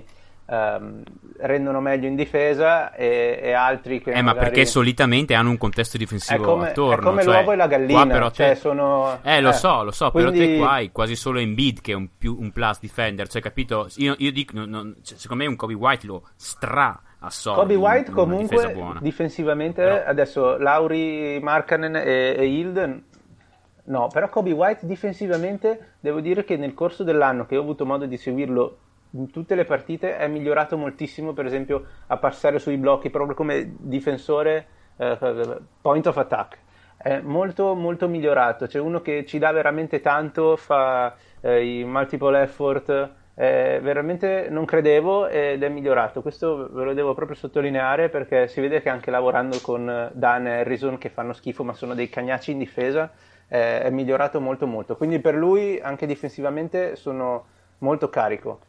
rendono meglio in difesa, e altri che ma perché solitamente hanno un contesto difensivo attorno, è come cioè, l'uovo e la gallina, però cioè sono lo so, quindi... però te qua hai quasi solo Embiid che è un plus defender, cioè capito, io dico secondo me un Kobe White lo assorbe. Kobe White comunque difensivamente, adesso Lauri Markkanen e Hield no, però Kobe White difensivamente devo dire che nel corso dell'anno che ho avuto modo di seguirlo in tutte le partite è migliorato moltissimo, per esempio a passare sui blocchi proprio come difensore, point of attack è molto migliorato, c'è uno che ci dà veramente tanto, fa i multiple effort, veramente non credevo, ed è migliorato. Questo ve lo devo proprio sottolineare, perché si vede che anche lavorando con Dan e Harrison, che fanno schifo ma sono dei cagnacci in difesa, è migliorato molto, quindi per lui anche difensivamente sono molto carico.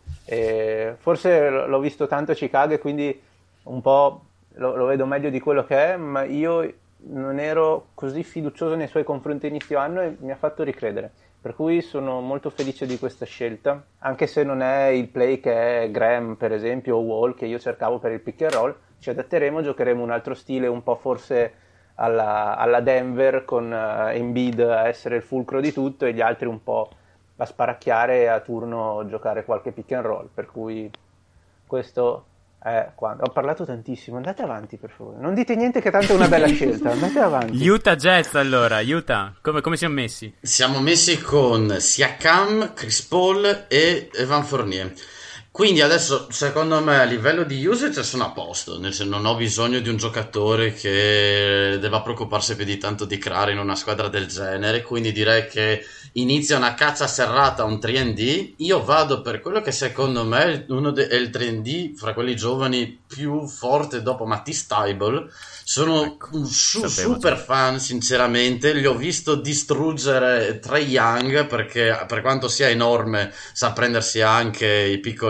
Forse l'ho visto tanto a Chicago e quindi un po' lo vedo meglio di quello che è, ma io non ero così fiducioso nei suoi confronti inizio anno e mi ha fatto ricredere, per cui sono molto felice di questa scelta, anche se non è il play che è Graham per esempio o Wall che io cercavo per il pick and roll. Ci adatteremo, giocheremo un altro stile, un po' forse alla Denver, con Embiid a essere il fulcro di tutto e gli altri un po' a sparacchiare e a turno giocare qualche pick and roll, per cui questo è quanto. Ho parlato tantissimo, andate avanti per favore, non dite niente che tanto è una bella scelta, andate avanti. Utah Jazz, allora, Utah, come siamo messi? Siamo messi con Siakam, Chris Paul e Evan Fournier. Quindi adesso secondo me a livello di usage sono a posto, nel senso non ho bisogno di un giocatore che debba preoccuparsi più di tanto di creare in una squadra del genere, quindi direi che inizia una caccia serrata a un 3&D. Io vado per quello che secondo me è il 3&D fra quelli giovani più forte dopo Matisse Thybulle. Sono un super fan sinceramente, gli ho visto distruggere Trae Young, perché per quanto sia enorme sa prendersi anche i piccoli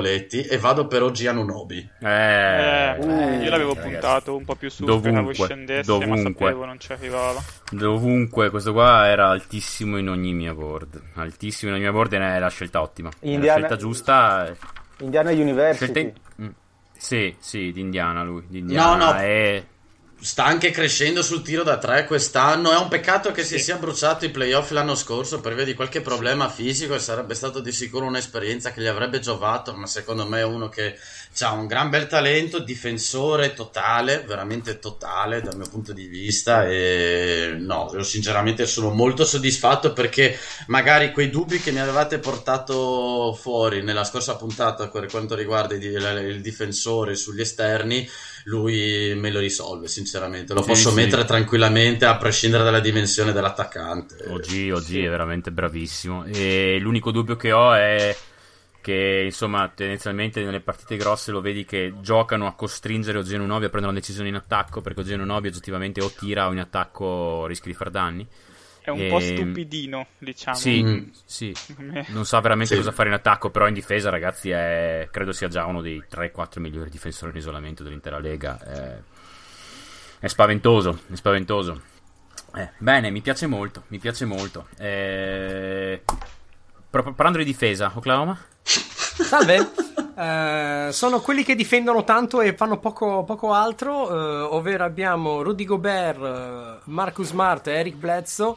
Spalletti, e vado per OG Anunobi. Io l'avevo ragazzi, puntato un po' più su, dovunque, speravo scendesse, ma sapevo non ci arrivava. Dovunque, questo qua era altissimo in ogni mia board. Altissimo in ogni mia board, e è la scelta ottima. È la scelta giusta. Indiana University. Sì, di Indiana lui. Di Indiana. No. Sta anche crescendo sul tiro da 3 quest'anno. È un peccato che si sia bruciato i playoff l'anno scorso per via di qualche problema fisico, e sarebbe stato di sicuro un'esperienza che gli avrebbe giovato, ma secondo me è uno che ha un gran bel talento, difensore totale, veramente totale dal mio punto di vista, e no, io sinceramente sono molto soddisfatto, perché magari quei dubbi che mi avevate portato fuori nella scorsa puntata per quanto riguarda il difensore sugli esterni, lui me lo risolve, sinceramente. Lo posso mettere tranquillamente, a prescindere dalla dimensione dell'attaccante. OG è veramente bravissimo, e l'unico dubbio che ho è che, insomma, tendenzialmente nelle partite grosse lo vedi che giocano a costringere OG Anunoby a prendere una decisione in attacco, perché OG Anunoby oggettivamente o tira o in attacco rischi di far danni. È un po' stupidino, diciamo. Sì. Non sa veramente cosa fare in attacco, però in difesa, ragazzi, credo sia già uno dei 3-4 migliori difensori in isolamento dell'intera Lega. È spaventoso. Bene, mi piace molto. Parlando di difesa, Oklahoma? Salve. Sono quelli che difendono tanto e fanno poco altro, ovvero abbiamo Rudy Gobert, Marcus Smart e Eric Bledsoe.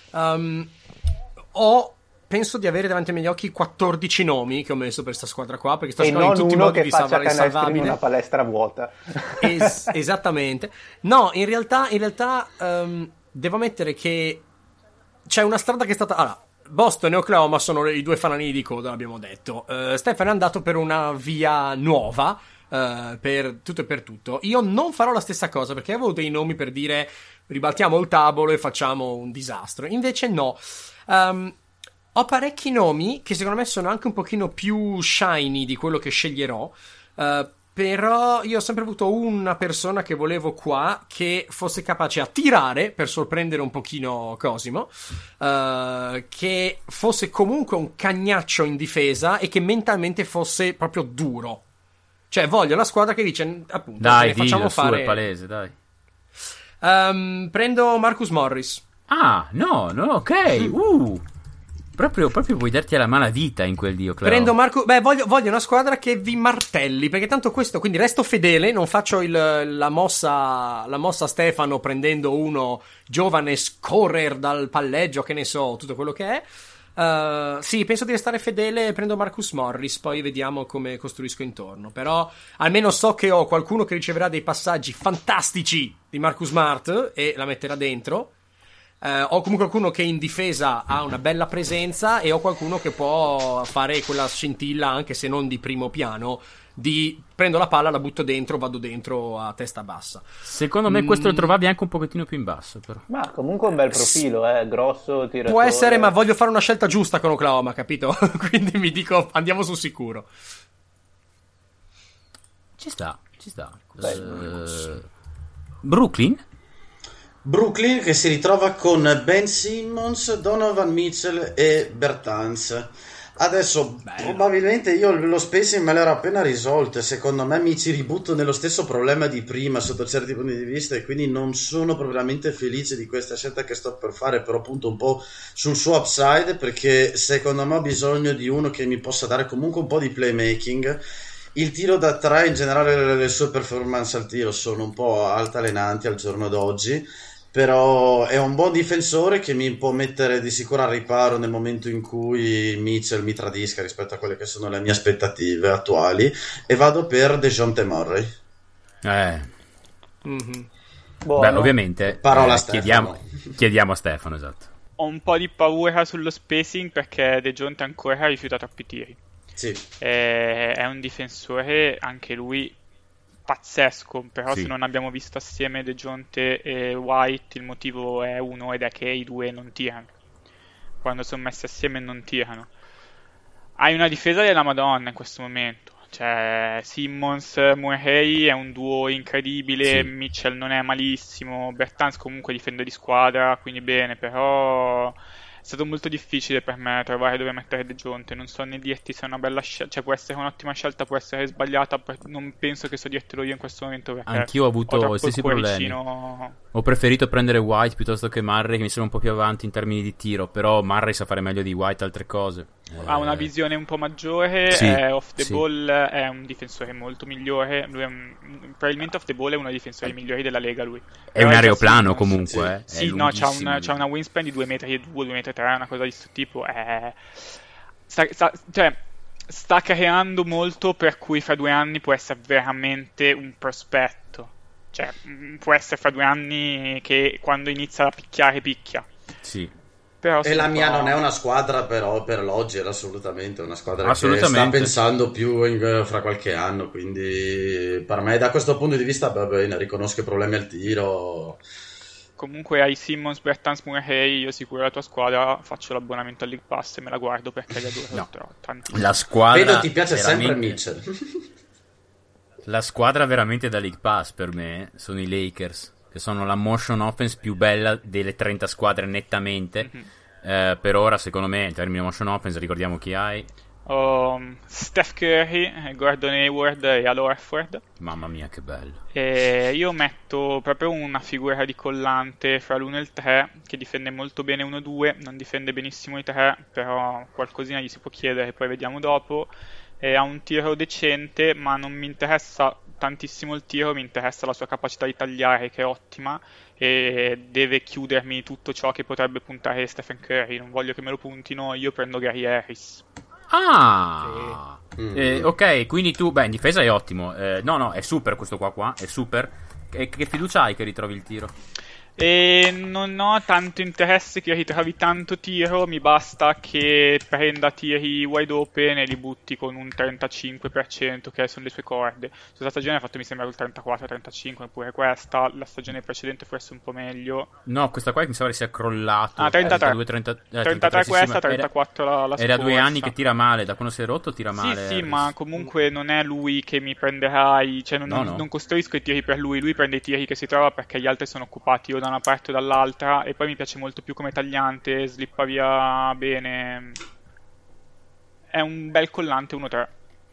Penso di avere davanti ai miei occhi 14 nomi che ho messo per questa squadra qua, perché sto cercando in tutti i modi di salvare il salvabile. In una palestra vuota. Esattamente. No, in realtà devo ammettere che c'è una strada che è stata... Allora, Boston e Oklahoma sono i due fanalini di coda, l'abbiamo detto. Stefano è andato per una via nuova, per tutto e per tutto. Io non farò la stessa cosa, perché avevo dei nomi per dire ribaltiamo il tavolo e facciamo un disastro. Invece no. Ho parecchi nomi che secondo me sono anche un pochino più shiny di quello che sceglierò. Però io ho sempre avuto una persona che volevo qua, che fosse capace a tirare per sorprendere un pochino Cosimo, che fosse comunque un cagnaccio in difesa e che mentalmente fosse proprio duro. Cioè voglio la squadra che dice, appunto, dai, facciamo fare... è palese, dai. Prendo Marcus Morris. No, ok. Proprio vuoi darti alla malavita in quel dio, Clau. Prendo Marco. Voglio una squadra che vi martelli, perché tanto questo, quindi resto fedele, non faccio la mossa Stefano prendendo uno giovane scorer dal palleggio, che ne so, tutto quello che è. Sì, penso di restare fedele e prendo Marcus Morris, poi vediamo come costruisco intorno. Però almeno so che ho qualcuno che riceverà dei passaggi fantastici di Marcus Smart e la metterà dentro. Ho comunque qualcuno che in difesa ha una bella presenza, e ho qualcuno che può fare quella scintilla, anche se non di primo piano, di prendo la palla, la butto dentro, vado dentro a testa bassa. Secondo me questo lo trovavi anche un pochettino più in basso, però. Ma comunque un bel profilo, grosso, tiratore. Può essere, ma voglio fare una scelta giusta con Oklahoma, capito? Quindi mi dico, andiamo sul sicuro. Ci sta. Brooklyn che si ritrova con Ben Simmons, Donovan Mitchell e Bertans. Adesso probabilmente io lo spacing me l'ero appena risolto, e secondo me mi ci ributto nello stesso problema di prima sotto certi punti di vista, e quindi non sono propriamente felice di questa scelta che sto per fare, però punto un po' sul suo upside, perché secondo me ho bisogno di uno che mi possa dare comunque un po' di playmaking. Il tiro da 3, in generale le sue performance al tiro sono un po' altalenanti al giorno d'oggi, però è un buon difensore che mi può mettere di sicuro al riparo nel momento in cui Mitchell mi tradisca rispetto a quelle che sono le mie aspettative attuali, e vado per DeJounte Murray. Ovviamente parola a Stefano. Chiediamo a Stefano, esatto. Ho un po' di paura sullo spacing, perché DeJounte ancora ha rifiutato troppi tiri. Sì. È un difensore anche lui pazzesco, però sì. Se non abbiamo visto assieme DeJounte e White, il motivo è uno, ed è che i due non tirano. Quando sono messi assieme non tirano. Hai una difesa della Madonna in questo momento, cioè Simmons, Murray è un duo incredibile, sì. Mitchell non è malissimo, Bertans comunque difende di squadra, quindi bene, però stato molto difficile per me trovare dove mettere DeJounte. Non so né dirti se è una bella scelta, cioè può essere un'ottima scelta, può essere sbagliata, non penso che so dirtelo io in questo momento, perché anch'io ho avuto gli stessi problemi. Ho preferito prendere White piuttosto che Murray, che mi sembra un po' più avanti in termini di tiro, però Murray sa fare meglio di White altre cose. Ha una visione un po' maggiore, sì, è off the ball, è un difensore molto migliore. Lui probabilmente off the ball è uno dei difensori migliori della Lega. Lui è un aeroplano comunque. Sì, no, c'ha una wingspan di 2,2 metri, 2,3 metri, una cosa di questo tipo. Sta creando molto, per cui fra 2 anni può essere veramente un prospetto. Cioè, può essere fra 2 anni che quando inizia a picchiare picchia. Sì. Però e la mia non è una squadra, però per l'oggi era assolutamente una squadra che sta pensando più fra qualche anno, quindi per me da questo punto di vista va bene, riconosco i problemi al tiro. Comunque hai Simmons, Bertans, Murray, io sicuro la tua squadra faccio l'abbonamento al League Pass e me la guardo perché li adoro tantissimo. La squadra vedo ti piace veramente... sempre Mitchell. La squadra veramente da League Pass per me sono i Lakers, che sono la motion offense più bella delle 30 squadre nettamente. Per ora secondo me in termini di motion offense ricordiamo chi hai. Steph Curry, Gordon Hayward e Al Horford. Mamma mia che bello. E io metto proprio una figura di collante fra l'1 e il 3, che difende molto bene 1-2, non difende benissimo i 3, però qualcosina gli si può chiedere, poi vediamo dopo. E ha un tiro decente, ma non mi interessa tantissimo il tiro, mi interessa la sua capacità di tagliare, che è ottima, e deve chiudermi tutto ciò che potrebbe puntare Stephen Curry. Non voglio che me lo puntino, io prendo Gary Harris. Ok, quindi tu, in difesa è ottimo. No, è super questo qua, è super. E che fiducia hai che ritrovi il tiro? E non ho tanto interesse che ritrovi tanto tiro, mi basta che prenda tiri wide open e li butti con un 35%, che sono le sue corde. Questa stagione ha fatto mi sembra il 34-35, pure questa, la stagione precedente forse un po' meglio. No, questa qua mi sembra sia crollato. 33 33 questa, 34 la scorsa. Era 2 anni che tira male, da quando si è rotto tira male. Sì, ma comunque non è lui che mi prenderai, cioè non costruisco i tiri per lui prende i tiri che si trova perché gli altri sono occupati o da una parte o dall'altra, e poi mi piace molto più come tagliante, slippa via bene, è un bel collante 1-3.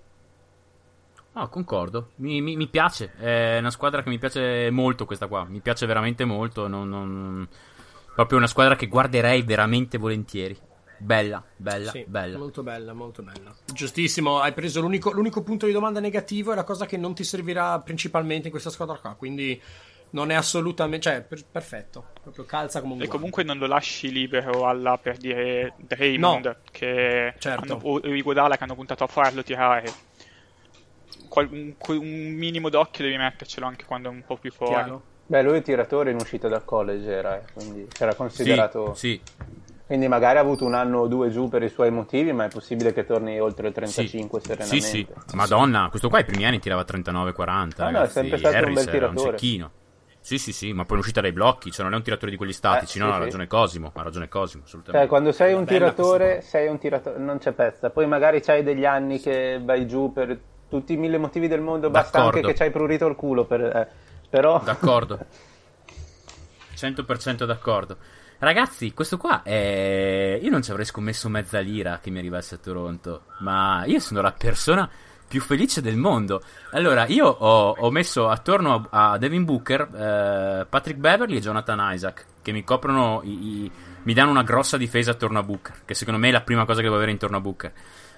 Concordo, mi piace, è una squadra che mi piace molto questa qua, mi piace veramente molto, proprio una squadra che guarderei veramente volentieri. Bella, sì, bella. Molto bella. Giustissimo, hai preso l'unico punto di domanda negativo, è la cosa che non ti servirà principalmente in questa squadra qua, quindi non è assolutamente, cioè perfetto, proprio calza come un guanto. E comunque non lo lasci libero per dire Draymond, che certo. o Iguodala che hanno puntato a farlo tirare. Un minimo d'occhio devi mettercelo anche quando è un po' più fuori. Chiaro. Beh, lui è tiratore in uscita dal college era, quindi c'era considerato. Sì. Quindi magari ha avuto un anno o 2 giù per i suoi motivi, ma è possibile che torni oltre il 35 serenamente. Sì. Madonna, questo qua i primi anni tirava 39-40. No, è sempre stato Harris un bel tiratore. Era un cecchino. Sì, ma poi in uscita dai blocchi, cioè non è un tiratore di quelli statici, no, ha ragione Cosimo, assolutamente. Cioè, quando sei un tiratore, non c'è pezza. Poi magari c'hai degli anni che vai giù per tutti i 1000 motivi del mondo, basta anche che c'hai prurito il culo però... D'accordo. 100% d'accordo. Ragazzi, questo qua è... Io non ci avrei scommesso mezza lira che mi arrivasse a Toronto, ma io sono la persona più felice del mondo. Allora, io ho messo attorno a Devin Booker Patrick Beverley e Jonathan Isaac, che mi coprono mi danno una grossa difesa attorno a Booker, che secondo me è la prima cosa che devo avere intorno a Booker.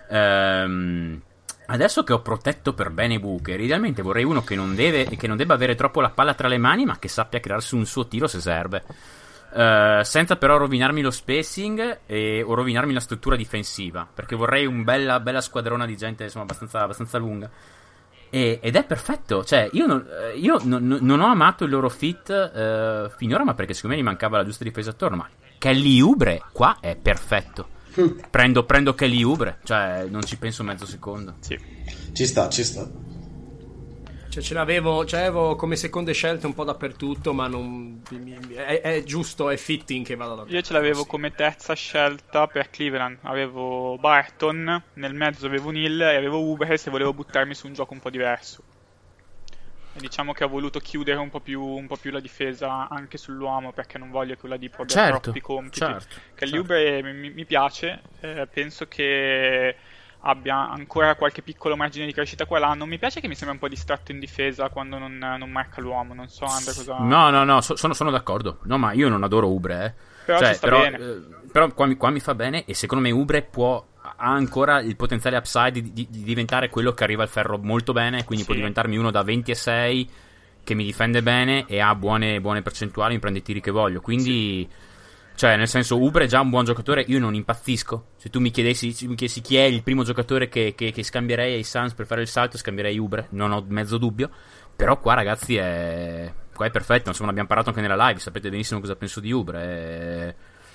Adesso che ho protetto per bene Booker, idealmente vorrei uno che non debba avere troppo la palla tra le mani, ma che sappia crearsi un suo tiro se serve, senza però rovinarmi lo spacing o rovinarmi la struttura difensiva, perché vorrei un bella squadrona di gente, insomma, abbastanza lunga. Ed è perfetto, cioè io non ho amato il loro fit finora, ma perché secondo me gli mancava la giusta difesa attorno. Ma Kelly Oubre qua è perfetto. Prendo Kelly Oubre, cioè non ci penso mezzo secondo. Sì. Ci sta. Cioè ce l'avevo come seconde scelte un po' dappertutto, ma non è giusto, è fitting che vada da Io ce l'avevo come terza scelta per Cleveland. Avevo Barton, nel mezzo avevo Neal e avevo Oubre se volevo buttarmi su un gioco un po' diverso. E diciamo che ho voluto chiudere un po' più la difesa anche sull'uomo, perché non voglio che Oladipo abbia troppi compiti. Che Oubre mi piace, penso che abbia ancora qualche piccolo margine di crescita qua là. Non mi piace che mi sembra un po' distratto in difesa quando non marca l'uomo. Non so, Andre, cosa... No, sono d'accordo. No, ma io non adoro Oubre, Però ci sta bene. Però qua mi fa bene, e secondo me Oubre ha ancora il potenziale upside di diventare quello che arriva al ferro molto bene, quindi può diventarmi uno da 26 che mi difende bene e ha buone percentuali, mi prende i tiri che voglio, quindi cioè nel senso Oubre è già un buon giocatore, io non impazzisco. Se tu mi chiedessi chi è il primo giocatore che scambierei ai Suns per fare il salto, scambierei Oubre, non ho mezzo dubbio. Però qua ragazzi qua è perfetto, insomma abbiamo parlato anche nella live, sapete benissimo cosa penso di Oubre.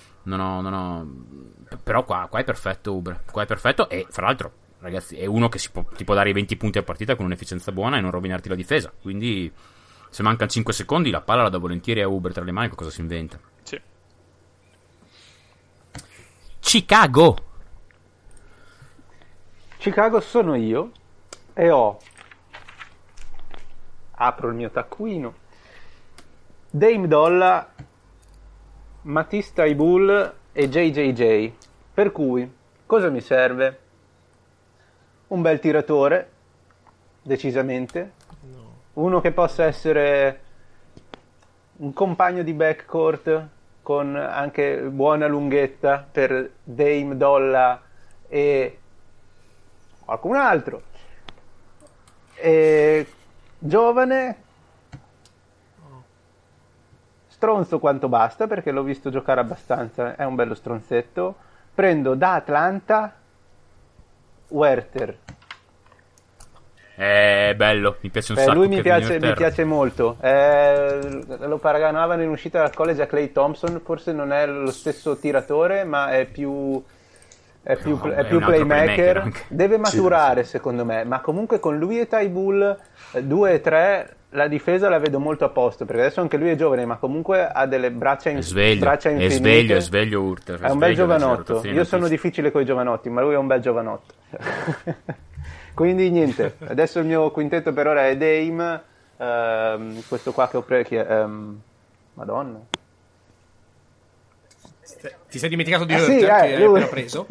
Però qua è perfetto Oubre, qua è perfetto, e fra l'altro ragazzi è uno che ti può dare i 20 punti a partita con un'efficienza buona e non rovinarti la difesa, quindi se mancano 5 secondi la palla la dà volentieri a Oubre tra le mani, cosa si inventa. Sì. Chicago sono io e apro il mio taccuino, Dame Dolla, Matisse Thybulle e JJJ, per cui cosa mi serve? Un bel tiratore, decisamente, uno che possa essere un compagno di backcourt con anche buona lunghezza per Dame Dolla e qualcun altro, e giovane, stronzo quanto basta, perché l'ho visto giocare abbastanza, è un bello stronzetto. Prendo da Atlanta Werther. È bello, mi piace un sacco. Lui mi piace molto. Lo paragonavano in uscita dal college a Klay Thompson, forse non è lo stesso tiratore, ma è più playmaker. Deve maturare, secondo me, ma comunque con lui e Thybulle 2 e 3 la difesa la vedo molto a posto, perché adesso anche lui è giovane, ma comunque ha delle braccia infinite. È sveglio Urter. È un bel giovanotto. Io sono difficile con i giovanotti, ma lui è un bel giovanotto. Quindi niente, adesso il mio quintetto per ora è Dame, questo qua che ho preso, Madonna. Ti sei dimenticato di Urter, che hai appena preso?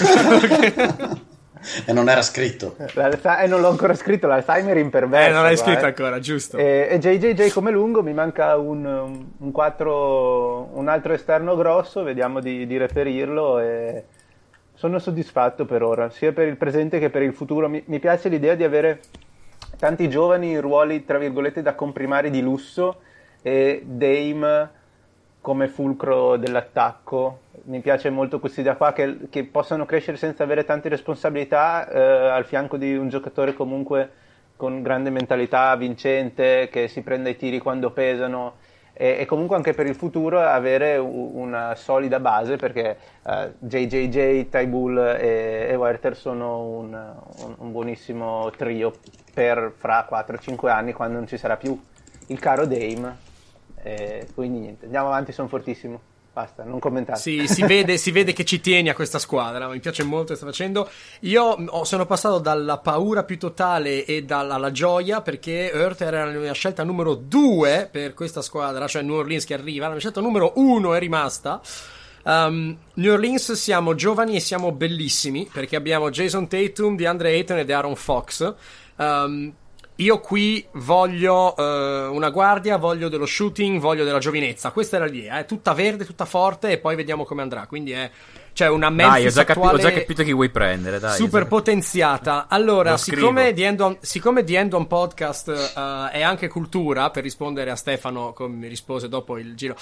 E non era scritto. Non l'ho ancora scritto, l'Alzheimer imperverso. Non l'hai scritto ancora, giusto. E JJJ come lungo, mi manca un 4, un altro esterno grosso, vediamo di reperirlo, e sono soddisfatto per ora, sia per il presente che per il futuro. Mi piace l'idea di avere tanti giovani in ruoli, tra virgolette, da comprimari di lusso, e Dame come fulcro dell'attacco. Mi piace molto questa idea qua, che possano crescere senza avere tante responsabilità, al fianco di un giocatore comunque con grande mentalità vincente, che si prende i tiri quando pesano, e comunque anche per il futuro avere una solida base, perché JJJ, Thybulle e Werther sono un buonissimo trio per fra 4-5 anni, quando non ci sarà più il caro Dame. Quindi niente, andiamo avanti, sono fortissimo, basta, non commentare. Sì, si vede che ci tieni a questa squadra, mi piace molto che sta facendo. Io sono passato dalla paura più totale e alla gioia, perché Urter era la mia scelta numero 2 per questa squadra, cioè New Orleans che arriva. La mia scelta numero 1 è rimasta. New Orleans siamo giovani e siamo bellissimi, perché abbiamo Jason Tatum, DeAndre Ayton ed Aaron Fox. Io qui voglio una guardia, voglio dello shooting, voglio della giovinezza. Questa era l'idea, è tutta verde, tutta forte, e poi vediamo come andrà. Quindi è una Memphis attuale, ho già capito chi vuoi prendere, dai, super potenziata. Allora, siccome The End On Podcast è anche cultura, per rispondere a Stefano come mi rispose dopo il giro,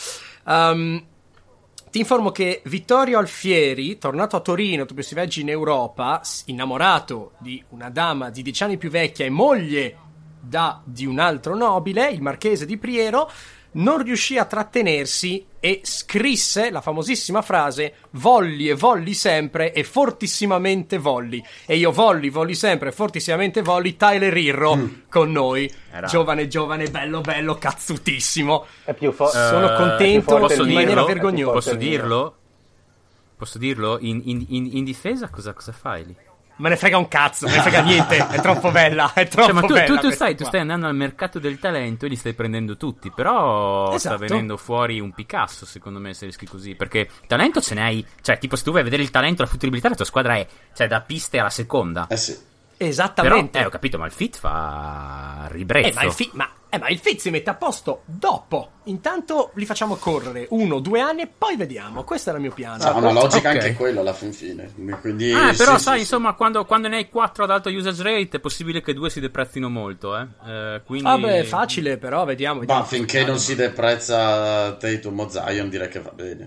ti informo che Vittorio Alfieri, tornato a Torino dopo si viaggi in Europa, innamorato di una dama di 10 anni più vecchia e moglie di un altro nobile, il marchese di Priero, non riuscì a trattenersi e scrisse la famosissima frase: volli e volli sempre e fortissimamente volli. E io volli sempre e fortissimamente volli Tyler Herro con noi. Giovane, bello, cazzutissimo. È più sono contento in maniera vergognosa. Posso dirlo? In difesa cosa fai lì? Me ne frega un cazzo, me ne frega niente, è troppo bella, è troppo ma bella. tu stai andando al mercato del talento e li stai prendendo tutti, però sta venendo fuori un Picasso, secondo me, se rischi così, perché talento ce ne hai, cioè tipo se tu vai a vedere il talento, la futuribilità, la tua squadra è, cioè, da piste alla seconda. Sì. Esattamente. Però, ho capito, ma il fit fa ribrezzo. Ma il fit si mette a posto dopo. Intanto li facciamo correre 1-2 anni e poi vediamo. Questo era il mio piano. Ha una logica anche quello alla fin fine. Quindi, però sai, insomma, quando ne hai 4 ad alto usage rate è possibile che 2 si deprezzino molto, quindi... Vabbè, facile, però vediamo. Ma finché non si deprezza Tatum o Zion, direi che va bene.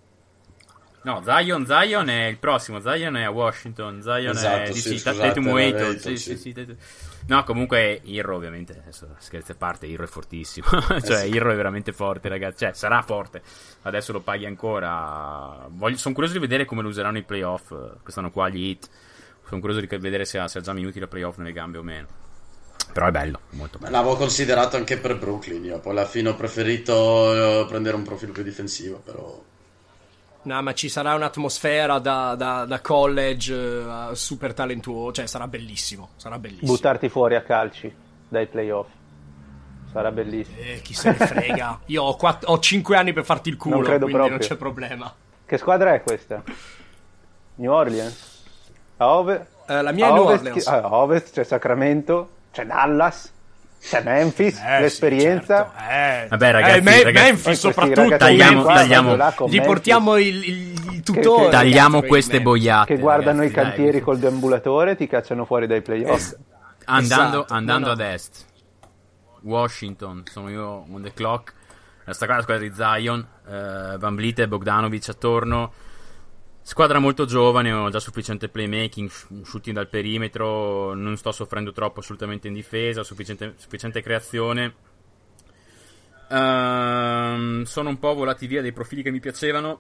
No, Zion è il prossimo. Zion è a Washington. Zion è Tatum Wade. Sì. No, comunque Irro, ovviamente, adesso scherzi a parte, Irro è fortissimo. Cioè, Irro è veramente forte, ragazzi. Cioè, sarà forte. Adesso lo paghi ancora. Sono curioso di vedere come lo useranno i playoff. Quest'anno qua gli Heat. Sono curioso di vedere se ha già minuti da playoff nelle gambe o meno. Però è bello, molto bello. L'avevo considerato anche per Brooklyn. Io poi alla fine ho preferito prendere un profilo più difensivo, però... No, ma ci sarà un'atmosfera da college super talentuoso, cioè sarà bellissimo. Buttarti fuori a calci dai playoff sarà bellissimo. Chi se ne frega. Io ho 5 anni per farti il culo, quindi proprio. Non c'è problema. Che squadra è questa? New Orleans? A ovest? La mia è New Orleans. A ovest c'è Sacramento, c'è Dallas, c'è Memphis, l'esperienza. Sì, vabbè, ragazzi, Memphis soprattutto. Tagliamo. Gli portiamo il tutore. Tagliamo queste boiate. Che guardano ragazzi, i cantieri col deambulatore, ti cacciano fuori dai playoff. Andando ad est. Washington, sono io on the clock. Questa qua è la squadra di Zion, Van Vliet e Bogdanovic attorno. Squadra molto giovane, ho già sufficiente playmaking, shooting dal perimetro, non sto soffrendo troppo assolutamente in difesa, sufficiente creazione. Sono un po' volati via dei profili che mi piacevano,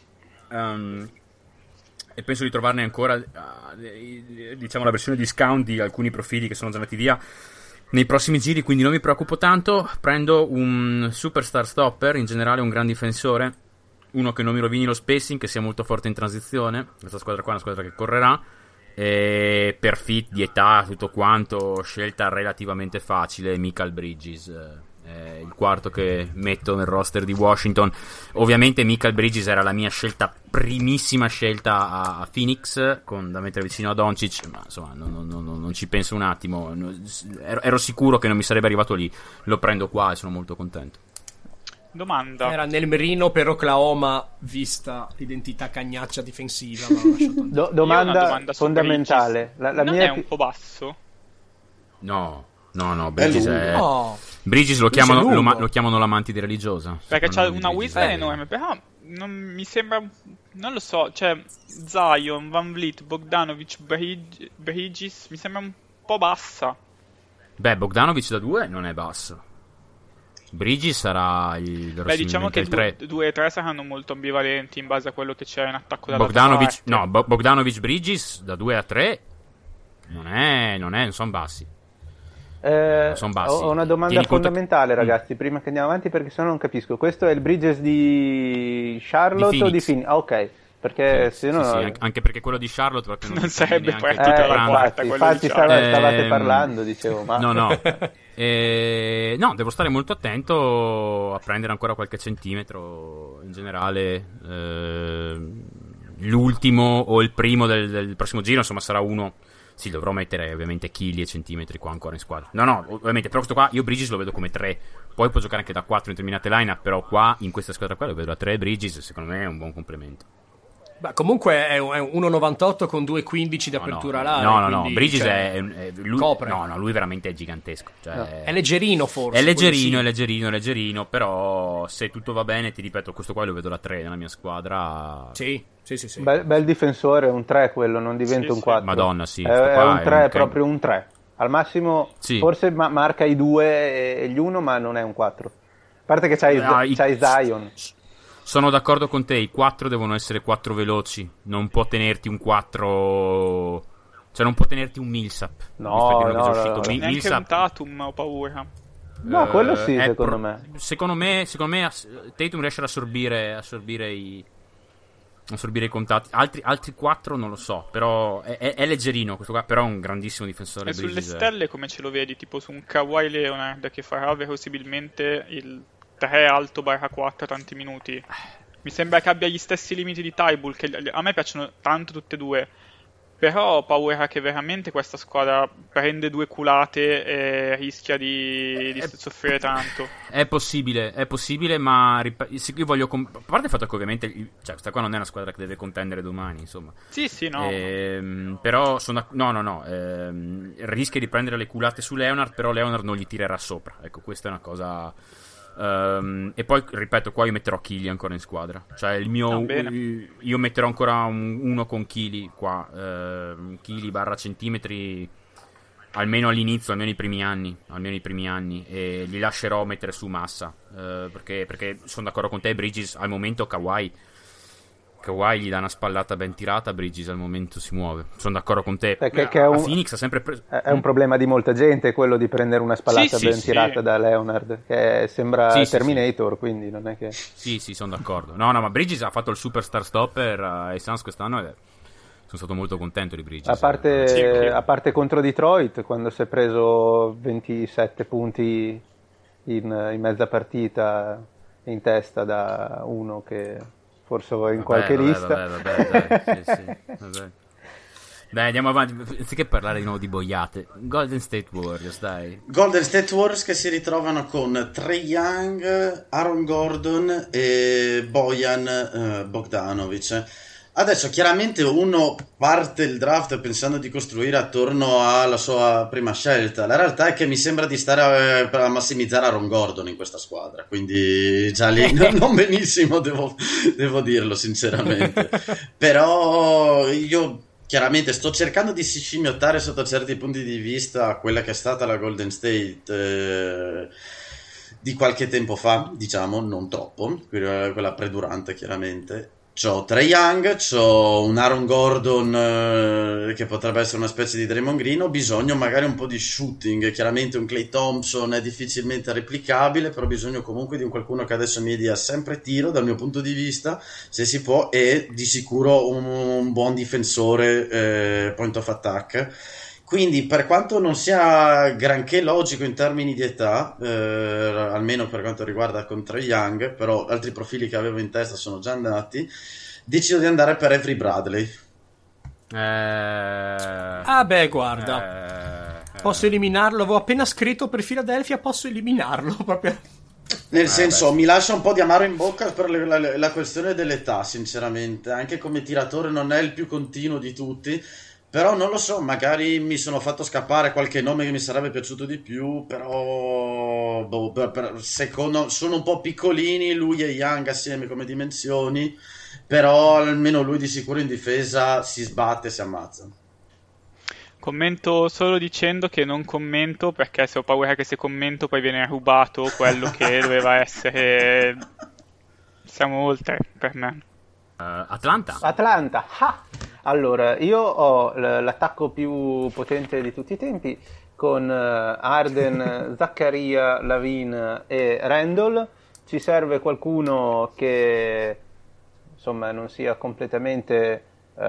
e penso di trovarne ancora, diciamo, la versione discount di alcuni profili che sono già andati via nei prossimi giri, quindi non mi preoccupo tanto. Prendo un superstar stopper, in generale un gran difensore, uno che non mi rovini lo spacing, che sia molto forte in transizione. Questa squadra qua è una squadra che correrà, e per fit di età, tutto quanto, scelta relativamente facile, Mikal Bridges, è il quarto che metto nel roster di Washington. Ovviamente Mikal Bridges era la mia primissima scelta a Phoenix, da mettere vicino a Doncic, ma insomma non ci penso un attimo, ero sicuro che non mi sarebbe arrivato lì. Lo prendo qua e sono molto contento. Domanda. Era nel mirino per Oklahoma, vista l'identità cagnaccia difensiva. Ma domanda fondamentale. Non è un po' basso? No, Bridges è... Bridges lo chiamano l'amante religiosa. Perché c'ha una wisdom enorme, però non mi sembra... Non lo so, cioè Zion, Van Vliet, Bogdanovic, Bridges mi sembra un po' bassa. Beh, Bogdanovic da 2 non è basso. Bridges sarà il diciamo che 2 e 3 saranno molto ambivalenti in base a quello che c'è in attacco da Bogdanovic, no, Bogdanovic Bridges da 2 a 3 non sono bassi. Sono bassi. Ho una domanda fondamentale, ragazzi, prima che andiamo avanti, perché sennò non capisco. Questo è il Bridges di Charlotte o di Phoenix? Ah, ok. Perché se no sì, anche perché quello di Charlotte proprio non sarebbe poi tutta la quarta. Infatti stavate parlando, dicevo, ma no. No, devo stare molto attento a prendere ancora qualche centimetro in generale. L'ultimo o il primo del prossimo giro, insomma, sarà uno. Sì, dovrò mettere ovviamente chili e centimetri qua ancora in squadra. No, ovviamente, però questo qua io Bridges lo vedo come 3. Poi può giocare anche da 4 in determinate line-up, però qua in questa squadra qua lo vedo a 3 Bridges, secondo me è un buon complemento. Beh, comunque è un 1,98 con 2,15 di apertura all'area. No, Bridges è lui, copre. No, lui veramente è gigantesco. Cioè, è leggerino forse. È leggerino, però se tutto va bene, ti ripeto, questo qua lo vedo da 3 nella mia squadra. Sì. Bel difensore, un 3 quello, non diventa un 4. Madonna, sì. È un 3, proprio un 3. Al massimo, forse marca i 2 e gli 1, ma non è un 4. A parte che c'hai Zion. Sono d'accordo con te, i 4 devono essere 4 veloci, non può tenerti un 4, cioè non può tenerti un Millsap. No. Neanche un Tatum, ho paura. No, quello sì, secondo me. Secondo me Tatum riesce ad assorbire i... assorbire i contatti. Altri 4 non lo so, però è leggerino questo qua, però è un grandissimo difensore. E sulle stelle come ce lo vedi? Tipo su un Kawhi Leonard che farà verosimilmente il 3-4 tanti minuti. Mi sembra che abbia gli stessi limiti di Thybulle, che a me piacciono tanto tutte e due. Però ho paura che veramente questa squadra prende 2 culate e rischia di soffrire tanto. È possibile, ma io voglio... a parte il fatto che ovviamente questa qua non è una squadra che deve contendere domani, insomma. Sì, no. Però rischia di prendere le culate su Leonard, però Leonard non gli tirerà sopra. Ecco, questa è una cosa... e poi ripeto, qua io metterò Chili ancora in squadra, cioè il mio io metterò ancora uno con Chili qua, Chili / centimetri almeno all'inizio, almeno i primi anni, e li lascerò mettere su massa, perché sono d'accordo con te. Bridges al momento Kawhi gli dà una spallata ben tirata, Bridges al momento si muove. Sono d'accordo con te. Perché Phoenix ha sempre preso... È un problema di molta gente quello di prendere una spallata ben tirata da Leonard, che sembra Terminator, quindi non è che... Sì, sono d'accordo. No, ma Bridges ha fatto il superstar stopper ai Suns quest'anno e sono stato molto contento di Bridges. A parte contro Detroit, quando si è preso 27 punti in mezza partita in testa da uno che... forse in qualche lista. Vabbè. Dai, andiamo avanti. Anziché parlare di nuovo di boiate, Golden State Warriors, dai. Golden State Warriors che si ritrovano con Trae Young, Aaron Gordon e Bojan Bogdanovic. Adesso chiaramente uno parte il draft pensando di costruire attorno alla sua prima scelta. La realtà è che mi sembra di stare a massimizzare Aaron Gordon in questa squadra, quindi già lì non benissimo, devo dirlo sinceramente. Però io chiaramente sto cercando di scimmiottare sotto certi punti di vista quella che è stata la Golden State di qualche tempo fa, diciamo, non troppo, quella predurante chiaramente. C'ho Trae Young, c'ho un Aaron Gordon che potrebbe essere una specie di Draymond Green. Ho bisogno magari un po' di shooting. Chiaramente un Klay Thompson è difficilmente replicabile, però ho bisogno comunque di un qualcuno che adesso mi dia sempre tiro dal mio punto di vista, se si può, e di sicuro un buon difensore point of attack. Quindi per quanto non sia granché logico in termini di età, almeno per quanto riguarda con Trae Young, però altri profili che avevo in testa sono già andati, decido di andare per Avery Bradley. Guarda, posso eliminarlo, avevo appena scritto per Philadelphia, posso eliminarlo proprio. Nel senso, mi lascia un po' di amaro in bocca per la questione dell'età, sinceramente. Anche come tiratore non è il più continuo di tutti. Però non lo so, magari mi sono fatto scappare qualche nome che mi sarebbe piaciuto di più, però secondo sono un po' piccolini lui e Young assieme come dimensioni, però almeno lui di sicuro in difesa si sbatte e si ammazza. Commento solo dicendo che non commento perché se ho paura che se commento poi viene rubato quello che doveva essere. Siamo oltre per me. Atlanta. Allora, io ho l'attacco più potente di tutti i tempi con Harden, Zaccaria, Lavin e Randall. Ci serve qualcuno che insomma non sia completamente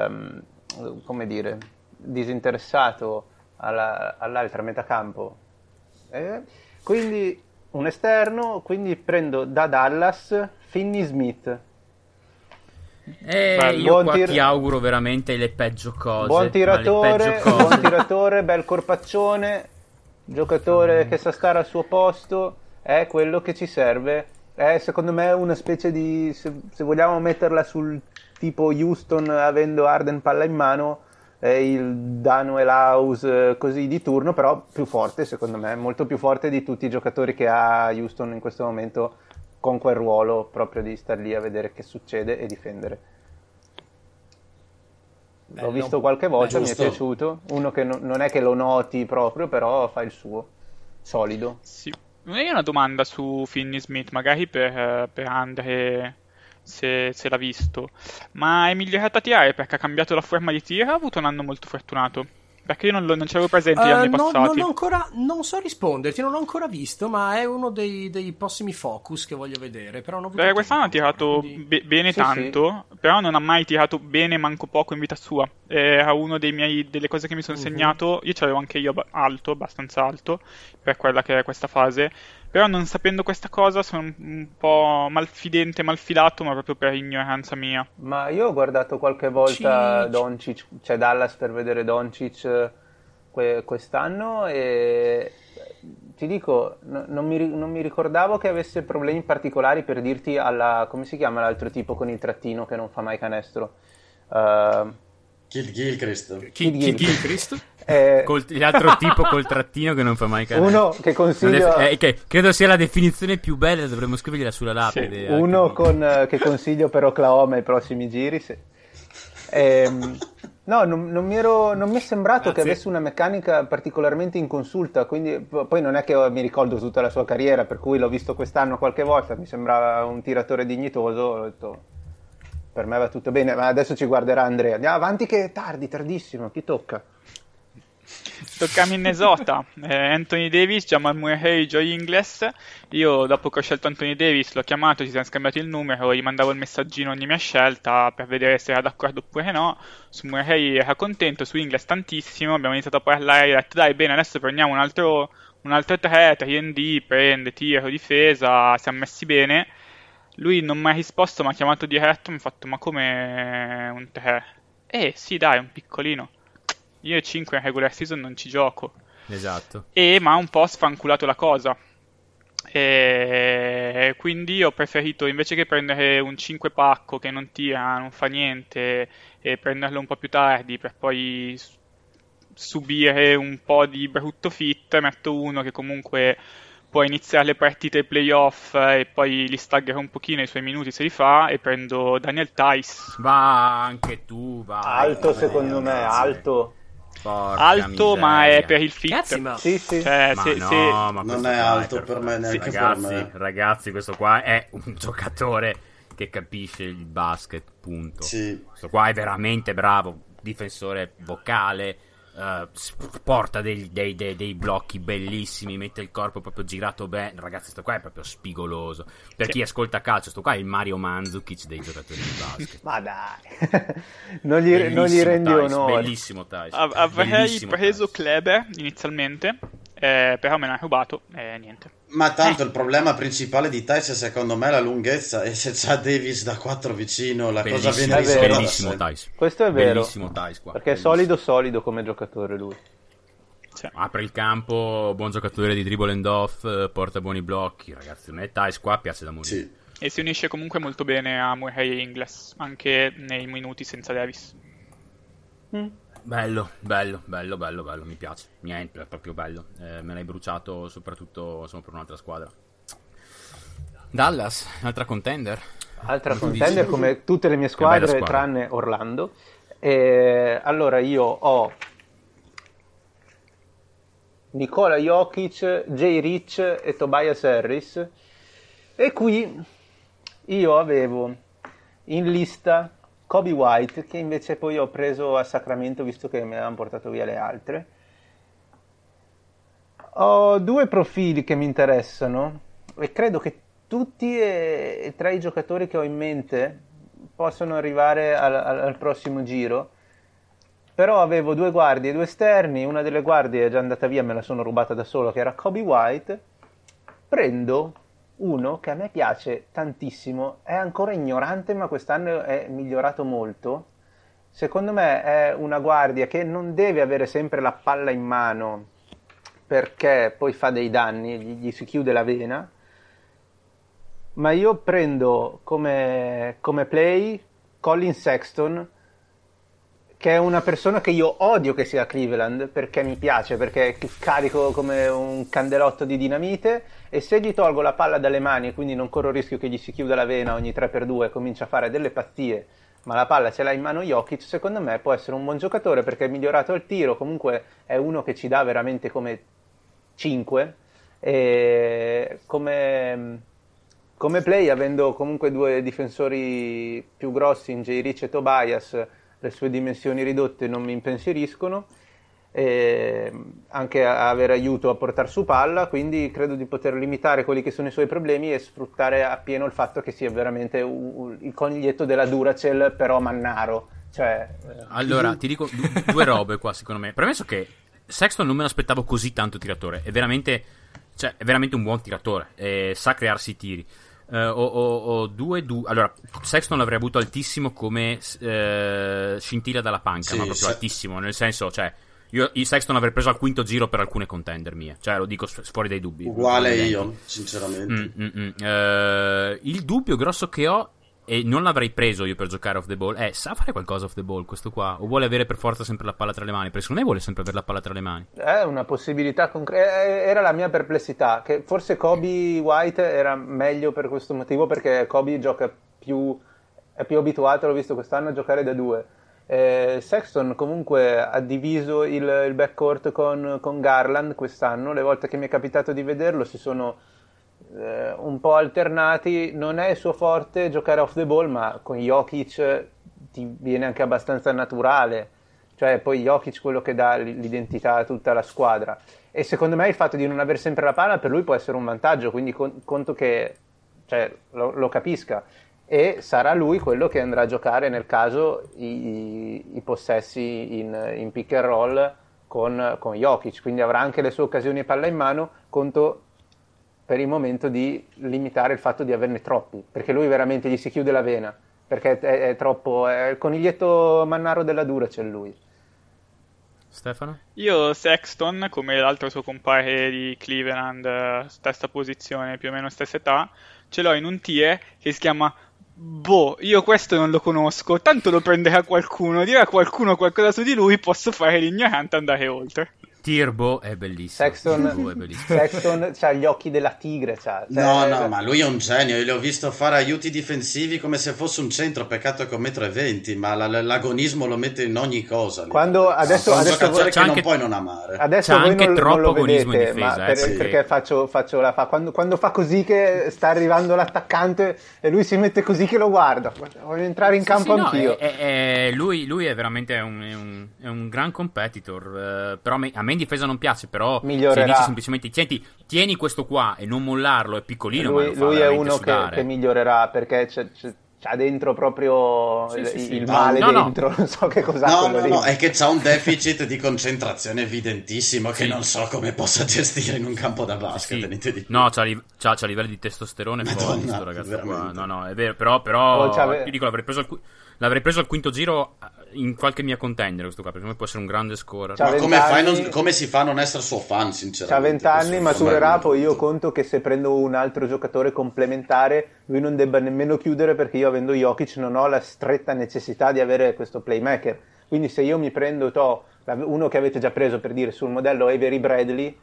disinteressato all'altra metà campo. Quindi un esterno, quindi prendo da Dallas Finney Smith. Io qua ti auguro veramente le peggio cose. Buon tiratore, bel corpaccione, giocatore che sa stare al suo posto, è quello che ci serve. È secondo me una specie di, se vogliamo metterla sul tipo Houston avendo Harden palla in mano, è il Danuel House così di turno, però più forte, secondo me, molto più forte di tutti i giocatori che ha Houston in questo momento, con quel ruolo proprio di star lì a vedere che succede e difendere. L'ho visto qualche volta, mi è piaciuto, uno che non è che lo noti proprio, però fa il suo, solido. Sì. Io ho una domanda su Finney Smith, magari per Andre, se l'ha visto, ma è migliorato a tirare perché ha cambiato la forma di tiro o ha avuto un anno molto fortunato? Perché io non c'avevo presente gli anni passati. Non so risponderti, non ho ancora visto, ma è uno dei prossimi focus che voglio vedere. Però non Perché quest'anno ha tirato bene tanto, però non ha mai tirato bene manco poco in vita sua. Era uno delle cose che mi sono segnato. Io ce l'avevo anche io alto, abbastanza alto, per quella che è questa fase. Però non sapendo questa cosa sono un po' malfilato, ma proprio per ignoranza mia. Ma io ho guardato qualche volta Doncic, cioè Dallas, per vedere Doncic quest'anno, e ti dico, non mi ricordavo che avesse problemi particolari, per dirti, come si chiama l'altro tipo con il trattino che non fa mai canestro? Kid Gilchrist. L'altro tipo col trattino che non fa mai canestro. Uno che consiglio... che credo sia la definizione più bella, dovremmo scrivergliela sulla lapide. Sì, uno che consiglio per Oklahoma ai prossimi giri. Sì. No, non mi è sembrato che avesse una meccanica particolarmente inconsulta, quindi poi non è che mi ricordo tutta la sua carriera, per cui l'ho visto quest'anno qualche volta, mi sembrava un tiratore dignitoso, ho detto, per me va tutto bene, ma adesso ci guarderà Andrea. Andiamo avanti che è tardissimo, chi tocca? Tocca a Minnesota, Anthony Davis, Jamal Murray, Joe Ingles. Io dopo che ho scelto Anthony Davis l'ho chiamato, ci siamo scambiati il numero, gli mandavo il messaggino ogni mia scelta per vedere se era d'accordo oppure no. Su Murray era contento, su Ingles tantissimo, abbiamo iniziato a parlare, ho detto dai bene adesso prendiamo un altro 3&D, prende, tiro, difesa, siamo messi bene. Lui non mi ha risposto, mi ha chiamato diretto, mi ha fatto ma come un 3? Sì dai, un piccolino. Io 5 in regular season non ci gioco. Esatto. E mi ha un po' sfanculato la cosa. E quindi ho preferito, invece che prendere un 5 pacco che non tira, non fa niente, e prenderlo un po' più tardi per poi subire un po' di brutto fit, metto uno che comunque può iniziare le partite playoff e poi li staggera un pochino i suoi minuti se li fa, e prendo Daniel Tice. Va anche tu, va. Alto secondo me, alto. Porca alto, miseria. ma è per il fit. Cazzi, ma... Sì. Cioè, ma non è alto per me, neanche per me. Ragazzi, questo qua è un giocatore che capisce il basket, punto. Sì. Questo qua è veramente bravo, difensore vocale, porta dei blocchi bellissimi, mette il corpo proprio girato bene. Ragazzi, questo qua è proprio spigoloso. Per chi ascolta calcio, questo qua è il Mario Mandzukic dei giocatori di basket. Ma dai, non gli rendi onore. Bellissimo Tice. Avrei preso Kleber inizialmente, però me l'ha rubato e niente. Ma tanto il problema principale di Tice secondo me è la lunghezza, e se c'ha Davis da 4 vicino la cosa viene risolta. Bellissimo Tice. Questo è vero, bellissimo Tice qua. perché è solido come giocatore lui. Cioè. Apre il campo, buon giocatore di dribble and off, porta buoni blocchi. Ragazzi, a me Tice qua piace da morire. Sì. E si unisce comunque molto bene a Murray e Ingles, anche nei minuti senza Davis. Bello, mi piace. Niente, è proprio bello. Me l'hai bruciato soprattutto insomma, per un'altra squadra. Dallas, un'altra contender. Altra contender come tutte le mie squadre tranne Orlando. Allora io ho Nikola Jokic, Jay Rich e Tobias Harris, e qui io avevo in lista Kobe White, che invece poi ho preso a Sacramento visto che mi avevano portato via le altre. Ho due profili che mi interessano e credo che tutti e tre i giocatori che ho in mente possono arrivare al prossimo giro, però avevo due guardie e due esterni. Una delle guardie è già andata via, me la sono rubata da solo, che era Kobe White. Prendo uno che a me piace tantissimo, è ancora ignorante ma quest'anno è migliorato molto. Secondo me è una guardia che non deve avere sempre la palla in mano perché poi fa dei danni, gli si chiude la vena, ma io prendo come play Colin Sexton, che è una persona che io odio che sia a Cleveland perché mi piace, perché è carico come un candelotto di dinamite, e se gli tolgo la palla dalle mani e quindi non corro il rischio che gli si chiuda la vena ogni 3x2 e comincia a fare delle pazzie, ma la palla ce l'ha in mano Jokic, secondo me può essere un buon giocatore perché è migliorato il tiro, comunque è uno che ci dà veramente come 5, e come play, avendo comunque due difensori più grossi in Jay Rich e Tobias, le sue dimensioni ridotte non mi impensieriscono. e anche a avere aiuto a portare su palla, quindi credo di poter limitare quelli che sono i suoi problemi e sfruttare appieno il fatto che sia veramente il coniglietto della Duracell, però mannaro. Cioè, allora, ti dico due robe qua, secondo me. Premesso che Sexton non me l'aspettavo così tanto tiratore, è veramente un buon tiratore, sa crearsi i tiri. Allora, Sexton l'avrei avuto altissimo come scintilla dalla panca, ma proprio altissimo, nel senso, cioè, io il Sexton l'avrei preso al quinto giro per alcune contender mie, cioè lo dico fuori dai dubbi. Uguale io, sinceramente. Il dubbio grosso che ho, e non l'avrei preso io per giocare off the ball, sa fare qualcosa off the ball questo qua? O vuole avere per forza sempre la palla tra le mani? Perché secondo me vuole sempre avere la palla tra le mani. È una possibilità concreta. Era la mia perplessità, che forse Kobe White era meglio per questo motivo, perché Kobe è più abituato, l'ho visto quest'anno, a giocare da due. Sexton comunque ha diviso il backcourt con Garland quest'anno. Le volte che mi è capitato di vederlo si sono un po' alternati. Non è il suo forte giocare off the ball, ma con Jokic ti viene anche abbastanza naturale, cioè poi Jokic quello che dà l'identità a tutta la squadra, e secondo me il fatto di non avere sempre la palla per lui può essere un vantaggio, quindi conto che, cioè, lo capisca, e sarà lui quello che andrà a giocare nel caso i possessi in pick and roll con Jokic, quindi avrà anche le sue occasioni palla in mano. Conto per il momento di limitare il fatto di averne troppi, perché lui veramente gli si chiude la vena, perché è troppo, è il coniglietto mannaro della Duracell lui. Stefano? Io Sexton, come l'altro suo compare di Cleveland, stessa posizione, più o meno stessa età, ce l'ho in un tier che si chiama io questo non lo conosco, tanto lo prenderà qualcuno, dirà qualcuno qualcosa su di lui, posso fare l'ignorante e andare oltre. Tirbo è bellissimo. Sexton c'ha gli occhi della tigre. No, ma lui è un genio. Io l'ho visto fare aiuti difensivi come se fosse un centro. Peccato che è 1,20 m, ma l'agonismo lo mette in ogni cosa. Adesso un giocatore che non anche, puoi non amare. Adesso c'è voi anche troppo non agonismo vedete, in difesa. Perché faccio quando fa così, che sta arrivando l'attaccante e lui si mette così che lo guarda. Voglio entrare in campo anch'io. Lui è veramente un gran competitor. Però a me in difesa non piace, però migliorerà. Se dici semplicemente tieni questo qua e non mollarlo, è piccolino, lui è uno che migliorerà, perché c'ha dentro proprio il male dentro. Non so che cos'ha. No, è che c'ha un deficit di concentrazione evidentissimo che non so come possa gestire in un campo da basket. No, c'ha livelli di testosterone forti questo ragazzo veramente. qua. No, è vero, però ti dico, l'avrei preso al quinto giro in qualche mia contender questo qua, perché può essere un grande scorer. Ma come si fa a non essere suo fan, sinceramente? C'ha 20 anni, maturerà. Poi io conto che se prendo un altro giocatore complementare lui non debba nemmeno chiudere, perché io, avendo Jokic, non ho la stretta necessità di avere questo playmaker. Quindi se io mi prendo uno che avete già preso, per dire, sul modello Avery Bradley,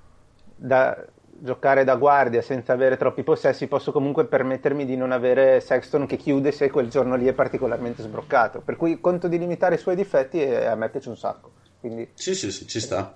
da giocare da guardia senza avere troppi possessi, posso comunque permettermi di non avere Sexton che chiude se quel giorno lì è particolarmente sbroccato, per cui conto di limitare i suoi difetti, e a me piace un sacco, quindi... sì, ci sta.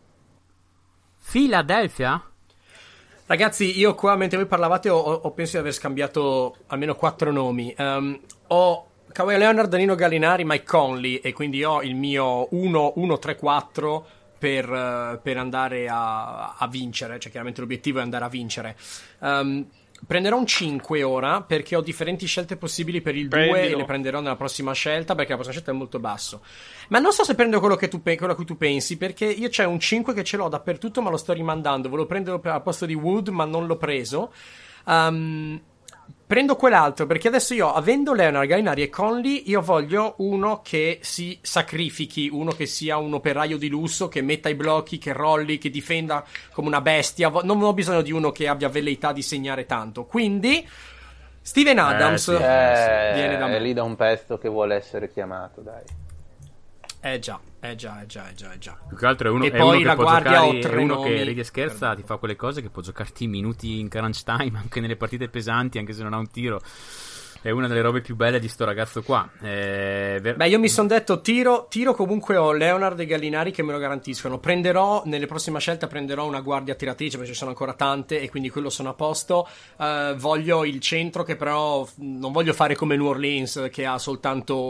Philadelphia? Ragazzi, io qua mentre voi parlavate ho penso di aver scambiato almeno 4 nomi. Ho Kawhi Leonard, Danilo Gallinari, Mike Conley, e quindi ho il mio 1-3-4 per andare a vincere, cioè chiaramente l'obiettivo è andare a vincere. Prenderò un 5 ora, perché ho differenti scelte possibili per il 2 e le prenderò nella prossima scelta, perché la prossima scelta è molto basso. Ma non so se prendo quello a cui tu pensi, perché io c'è un 5 che ce l'ho dappertutto, ma lo sto rimandando. Volevo prenderlo al posto di Wood, ma non l'ho preso. Prendo quell'altro, perché adesso io, avendo Leonard, Gallinari e Conley, io voglio uno che si sacrifichi, uno che sia un operaio di lusso, che metta i blocchi, che rolli, che difenda come una bestia. Non ho bisogno di uno che abbia velleità di segnare tanto. Quindi Steven Adams viene da me. È lì da un pezzo che vuole essere chiamato, dai. Già. Più che altro è uno, e è poi uno la che può guardia giocare, ho 3 è uno nomi. che ride e scherza, ti fa quelle cose che può giocarti minuti in crunch time, anche nelle partite pesanti, anche se non ha un tiro. È una delle robe più belle di sto ragazzo qua. Beh, io mi sono detto tiro comunque ho Leonard e Gallinari che me lo garantiscono. Nelle prossime scelte prenderò una guardia tiratrice, perché ci sono ancora tante, e quindi quello sono a posto. Voglio il centro, che però non voglio fare come New Orleans, che ha soltanto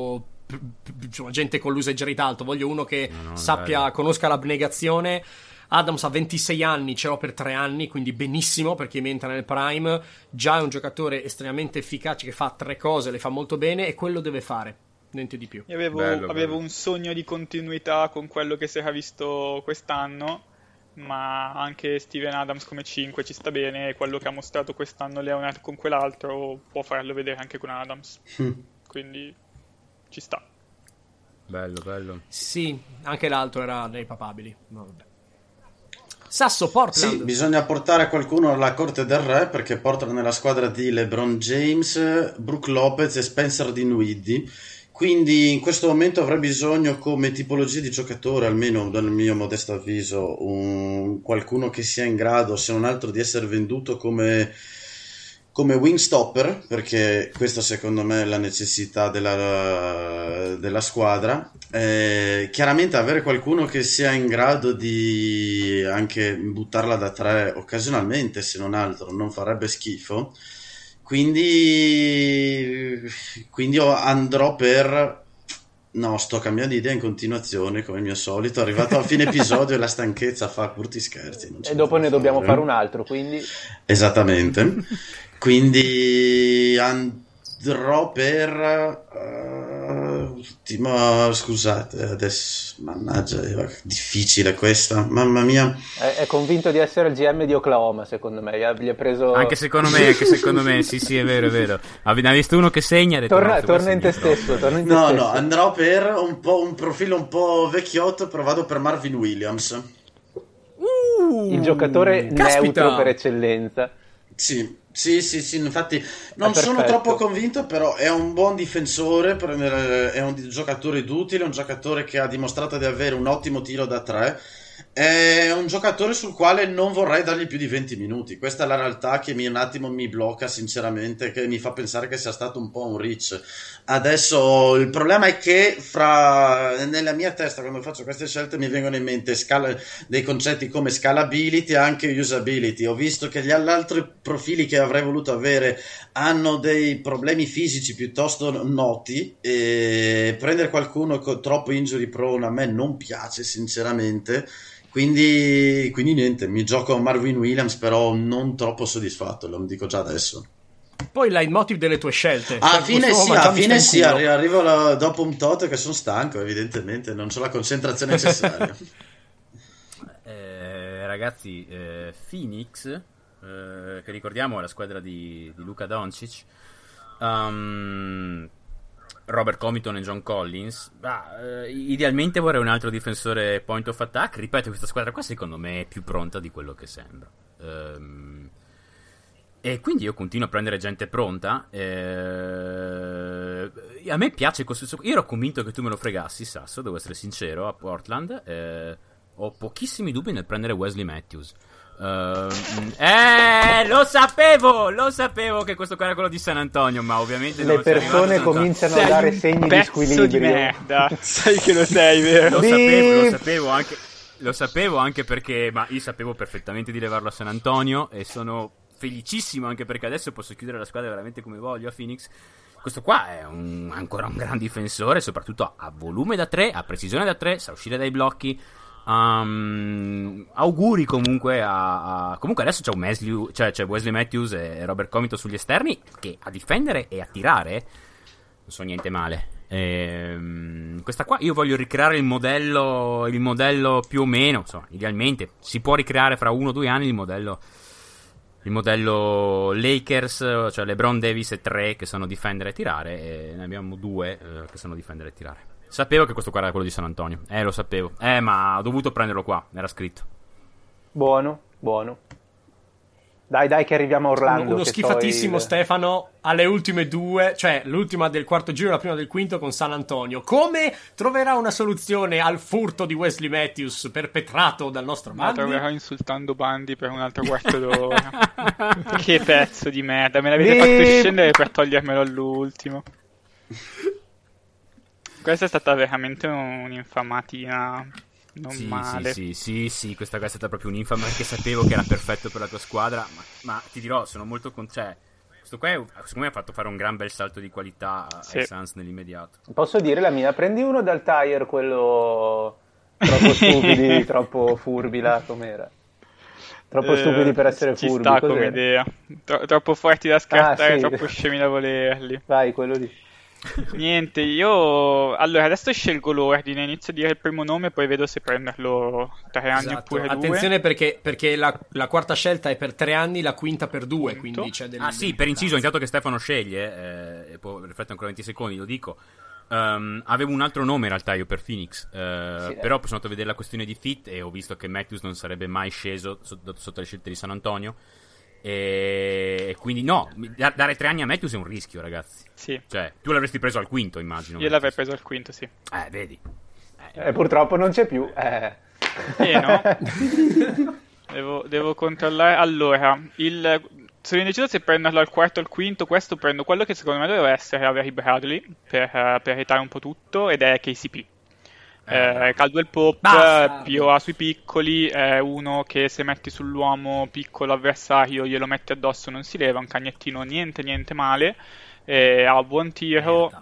insomma, gente con l'usage rate alto, voglio uno che conosca l'abnegazione. Adams ha 26 anni, ce l'ho per 3 anni, quindi benissimo per chi mi entra nel prime. Già è un giocatore estremamente efficace che fa 3 cose, le fa molto bene e quello deve fare, niente di più. Io avevo un sogno di continuità con quello che si era visto quest'anno, ma anche Steven Adams come 5 ci sta bene, e quello che ha mostrato quest'anno Leonard con quell'altro può farlo vedere anche con Adams, quindi ci sta. Bello. Sì, anche l'altro era dei papabili. No, vabbè. Sasso, Portland. Sì, bisogna portare qualcuno alla corte del re, perché Portland nella squadra di LeBron James, Brook Lopez e Spencer Dinwiddie. Quindi in questo momento avrei bisogno, come tipologia di giocatore, almeno dal mio modesto avviso, qualcuno che sia in grado, se non altro, di essere venduto come wing stopper, perché questo secondo me è la necessità della squadra. Chiaramente avere qualcuno che sia in grado di anche buttarla da 3 occasionalmente, se non altro, non farebbe schifo. Quindi io andrò per... No, sto cambiando idea in continuazione, come il mio solito. Arrivato a fine episodio e la stanchezza fa brutti scherzi. E dopo ne dobbiamo fare un altro, quindi... Esattamente. Quindi andrò per... scusate, adesso... Mannaggia, è difficile questa. Mamma mia. È convinto di essere il GM di Oklahoma, secondo me. Gli ha preso... Anche secondo me, sì, è vero. Ne ha visto uno che segna e ha detto, torna in te stesso. No, andrò per un profilo un po' vecchiotto, però vado per Marvin Williams. Il giocatore neutro per eccellenza. Sì, infatti non sono troppo convinto, però è un buon difensore, è un giocatore d'utile, un giocatore che ha dimostrato di avere un ottimo tiro da 3, è un giocatore sul quale non vorrei dargli più di 20 minuti. Questa è la realtà che un attimo mi blocca, sinceramente, che mi fa pensare che sia stato un po' un reach. Adesso il problema è che nella mia testa, quando faccio queste scelte, mi vengono in mente dei concetti come scalability e anche usability. Ho visto che gli altri profili che avrei voluto avere hanno dei problemi fisici piuttosto noti, e prendere qualcuno troppo injury prone a me non piace, sinceramente. Quindi niente, mi gioco Marvin Williams, però non troppo soddisfatto, lo dico già adesso. Poi il leitmotiv delle tue scelte. Alla fine arrivo dopo un tot che sono stanco, evidentemente, non ho la concentrazione necessaria. Ragazzi, Phoenix, che ricordiamo è la squadra di Luka Doncic, Robert Covington e John Collins. Idealmente vorrei un altro difensore point of attack. Ripeto, questa squadra qua secondo me è più pronta di quello che sembra, e quindi io continuo a prendere gente pronta. A me piace questo. Io ero convinto che tu me lo fregassi, Sasso, devo essere sincero, a Portland. Ho pochissimi dubbi nel prendere Wesley Matthews. Lo sapevo che questo qua era quello di San Antonio, ma ovviamente le persone cominciano a dare segni di squilibrio. Di merda. Sai che lo sei, vero? Lo sapevo anche perché, ma io sapevo perfettamente di levarlo a San Antonio, e sono felicissimo anche perché adesso posso chiudere la squadra veramente come voglio a Phoenix. Questo qua è ancora un gran difensore, soprattutto a volume da 3, a precisione da 3, sa uscire dai blocchi. Auguri comunque comunque adesso c'è Wesley Matthews e Robert Covington sugli esterni, che a difendere e a tirare non so niente male. Questa qua io voglio ricreare il modello più o meno, insomma, idealmente si può ricreare fra 1 o 2 anni il modello Lakers, cioè LeBron, Davis e 3 che sono difendere e tirare, e ne abbiamo 2 che sono difendere e tirare. Sapevo che questo qua era quello di San Antonio. Lo sapevo. Ma ho dovuto prenderlo qua. Era scritto. Buono. Dai che arriviamo a Orlando. Uno schifatissimo Stefano alle ultime 2, cioè l'ultima del quarto giro e la prima del quinto con San Antonio. Come troverà una soluzione al furto di Wesley Matthews perpetrato dal nostro Bundy? Troverò insultando Bundy per un altro quarto d'ora. Che pezzo di merda. Me l'avete fatto scendere per togliermelo all'ultimo. Questa è stata veramente un'infamatina non male. Sì, questa qua è stata proprio un'infama, perché sapevo che era perfetto per la tua squadra, ma ti dirò, sono molto Questo qua secondo me ha fatto fare un gran bel salto di qualità ai Suns nell'immediato. Posso dire la mia? Prendi uno dal tire, quello troppo stupidi, troppo furbi là, com'era? Troppo stupidi per essere ci furbi. Sta come idea. Troppo forti da scartare, sì. troppo scemi da volerli. Vai, quello lì. Niente, io allora adesso scelgo l'ordine, inizio a dire il primo nome, poi vedo se prenderlo 3 anni oppure 2. Attenzione perché la quarta scelta è per 3 anni, la quinta per 2, quindi c'è sì, per inciso, intanto che Stefano sceglie, poi rifletto ancora 20 secondi, lo dico. Avevo un altro nome in realtà io per Phoenix, però sono andato a vedere la questione di fit e ho visto che Matthews non sarebbe mai sceso sotto le scelte di San Antonio. E quindi no, dare 3 anni a Matthews è un rischio, ragazzi. Sì. Cioè, tu l'avresti preso al quinto, immagino. Io l'avrei preso al quinto, sì. Vedi. Purtroppo non c'è più. No? Devo controllare. Allora, sono indeciso se prenderlo al quarto o al quinto. Questo prendo quello che secondo me doveva essere Avery Bradley per aiutare un po' tutto, ed è KCP. Caldwell Pope, POA sui piccoli, è uno che se metti sull'uomo piccolo avversario glielo metti addosso non si leva, un cagnettino niente male, ha buon tiro,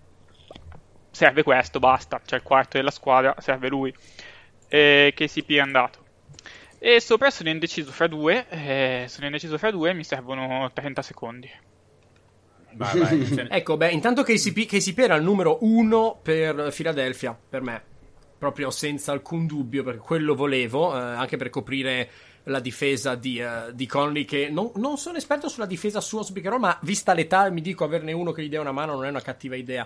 serve questo, basta, c'è il quarto della squadra, serve lui, KCP è andato. E sopra sono indeciso fra due, mi servono 30 secondi. Vai. Ecco, intanto KCP era il numero 1 per Philadelphia, per me, proprio senza alcun dubbio, perché quello volevo, anche per coprire la difesa di Conley, che non sono esperto sulla difesa su Speaker, ma vista l'età mi dico averne uno che gli dia una mano non è una cattiva idea.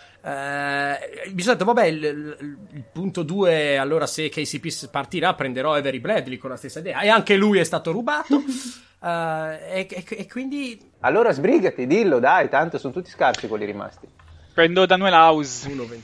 Bisogna detto, il punto 2, allora se KCP partirà prenderò Avery Bradley con la stessa idea, e anche lui è stato rubato. E quindi allora sbrigati, dillo, dai, tanto sono tutti scarsi quelli rimasti. Prendo Danuel House.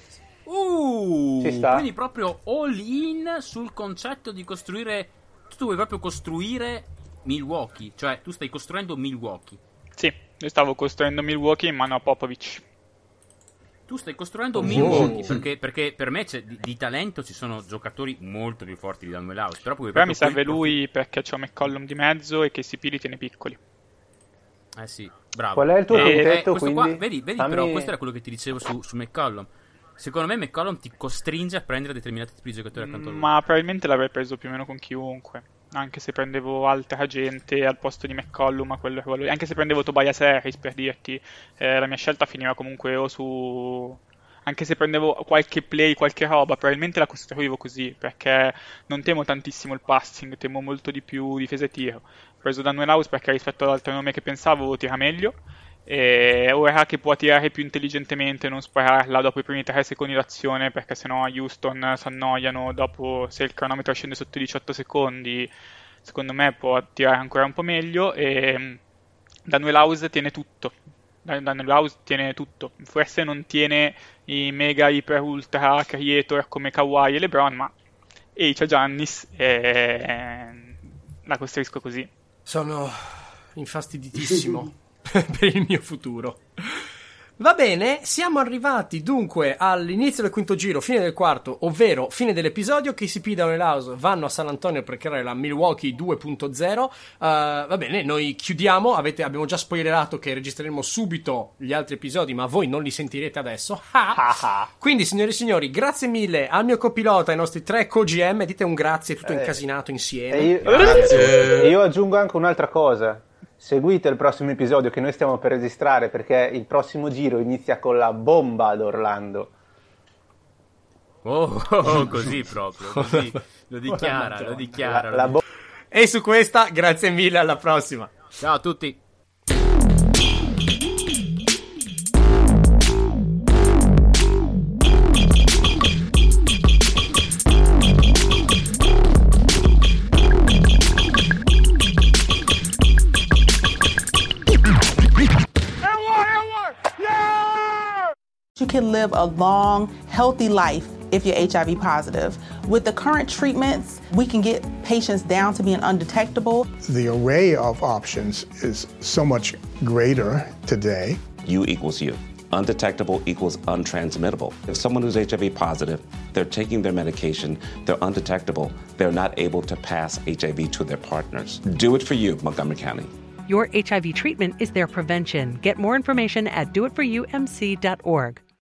1,26. Ci sta. Quindi proprio all in sul concetto di costruire. Tu vuoi proprio costruire Milwaukee, cioè tu stai costruendo Milwaukee. Sì, io stavo costruendo Milwaukee in mano a Popovich. Tu stai costruendo Milwaukee perché per me di talento ci sono giocatori molto più forti di Danuel House. Però mi serve lui perché c'ho McCollum di mezzo e KCP li tiene piccoli. Sì, bravo. Qual è il tuo puntetto, questo quindi? qua, vedi però questo era quello che ti dicevo su McCollum. Secondo me McCollum ti costringe a prendere determinati tipi di giocatori accanto a lui. Ma probabilmente l'avrei preso più o meno con chiunque. Anche se prendevo altra gente al posto di McCollum, a quello che volevo. Anche se prendevo Tobias Harris, per dirti, la mia scelta finiva comunque o su. Anche se prendevo qualche play, qualche roba, probabilmente la costruivo così, perché non temo tantissimo il passing, temo molto di più difesa e tiro. Ho preso Danuel House perché rispetto all'altro nome che pensavo tira meglio, e ora che può tirare più intelligentemente, non spararla dopo i primi 3 secondi d'azione, perché sennò a Houston si annoiano dopo, se il cronometro scende sotto i 18 secondi, secondo me può tirare ancora un po' meglio, e Danuel House tiene tutto. Danuel House tiene tutto, forse non tiene i mega iper ultra creator come Kawhi e LeBron, ma c'è Giannis, la costruisco così. Sono infastiditissimo per il mio futuro. Va bene, siamo arrivati dunque all'inizio del quinto giro, fine del quarto, ovvero fine dell'episodio. KCP e Danuel House vanno a San Antonio per creare la Milwaukee 2.0. Va bene, noi chiudiamo, abbiamo già spoilerato che registreremo subito gli altri episodi, ma voi non li sentirete adesso. Quindi, signori e signori, grazie mille al mio copilota, ai nostri 3 co-GM, dite un grazie tutto incasinato insieme. E io aggiungo anche un'altra cosa. Seguite il prossimo episodio che noi stiamo per registrare, perché il prossimo giro inizia con la bomba ad Orlando. Così proprio, così lo dichiara. E su questa, grazie mille, alla prossima. Ciao a tutti. You can live a long, healthy life if you're HIV positive. With the current treatments, we can get patients down to being undetectable. The array of options is so much greater today. U equals U. Undetectable equals untransmittable. If someone who's HIV positive, they're taking their medication, they're undetectable, they're not able to pass HIV to their partners. Do it for you, Montgomery County. Your HIV treatment is their prevention. Get more information at doitforyoumc.org.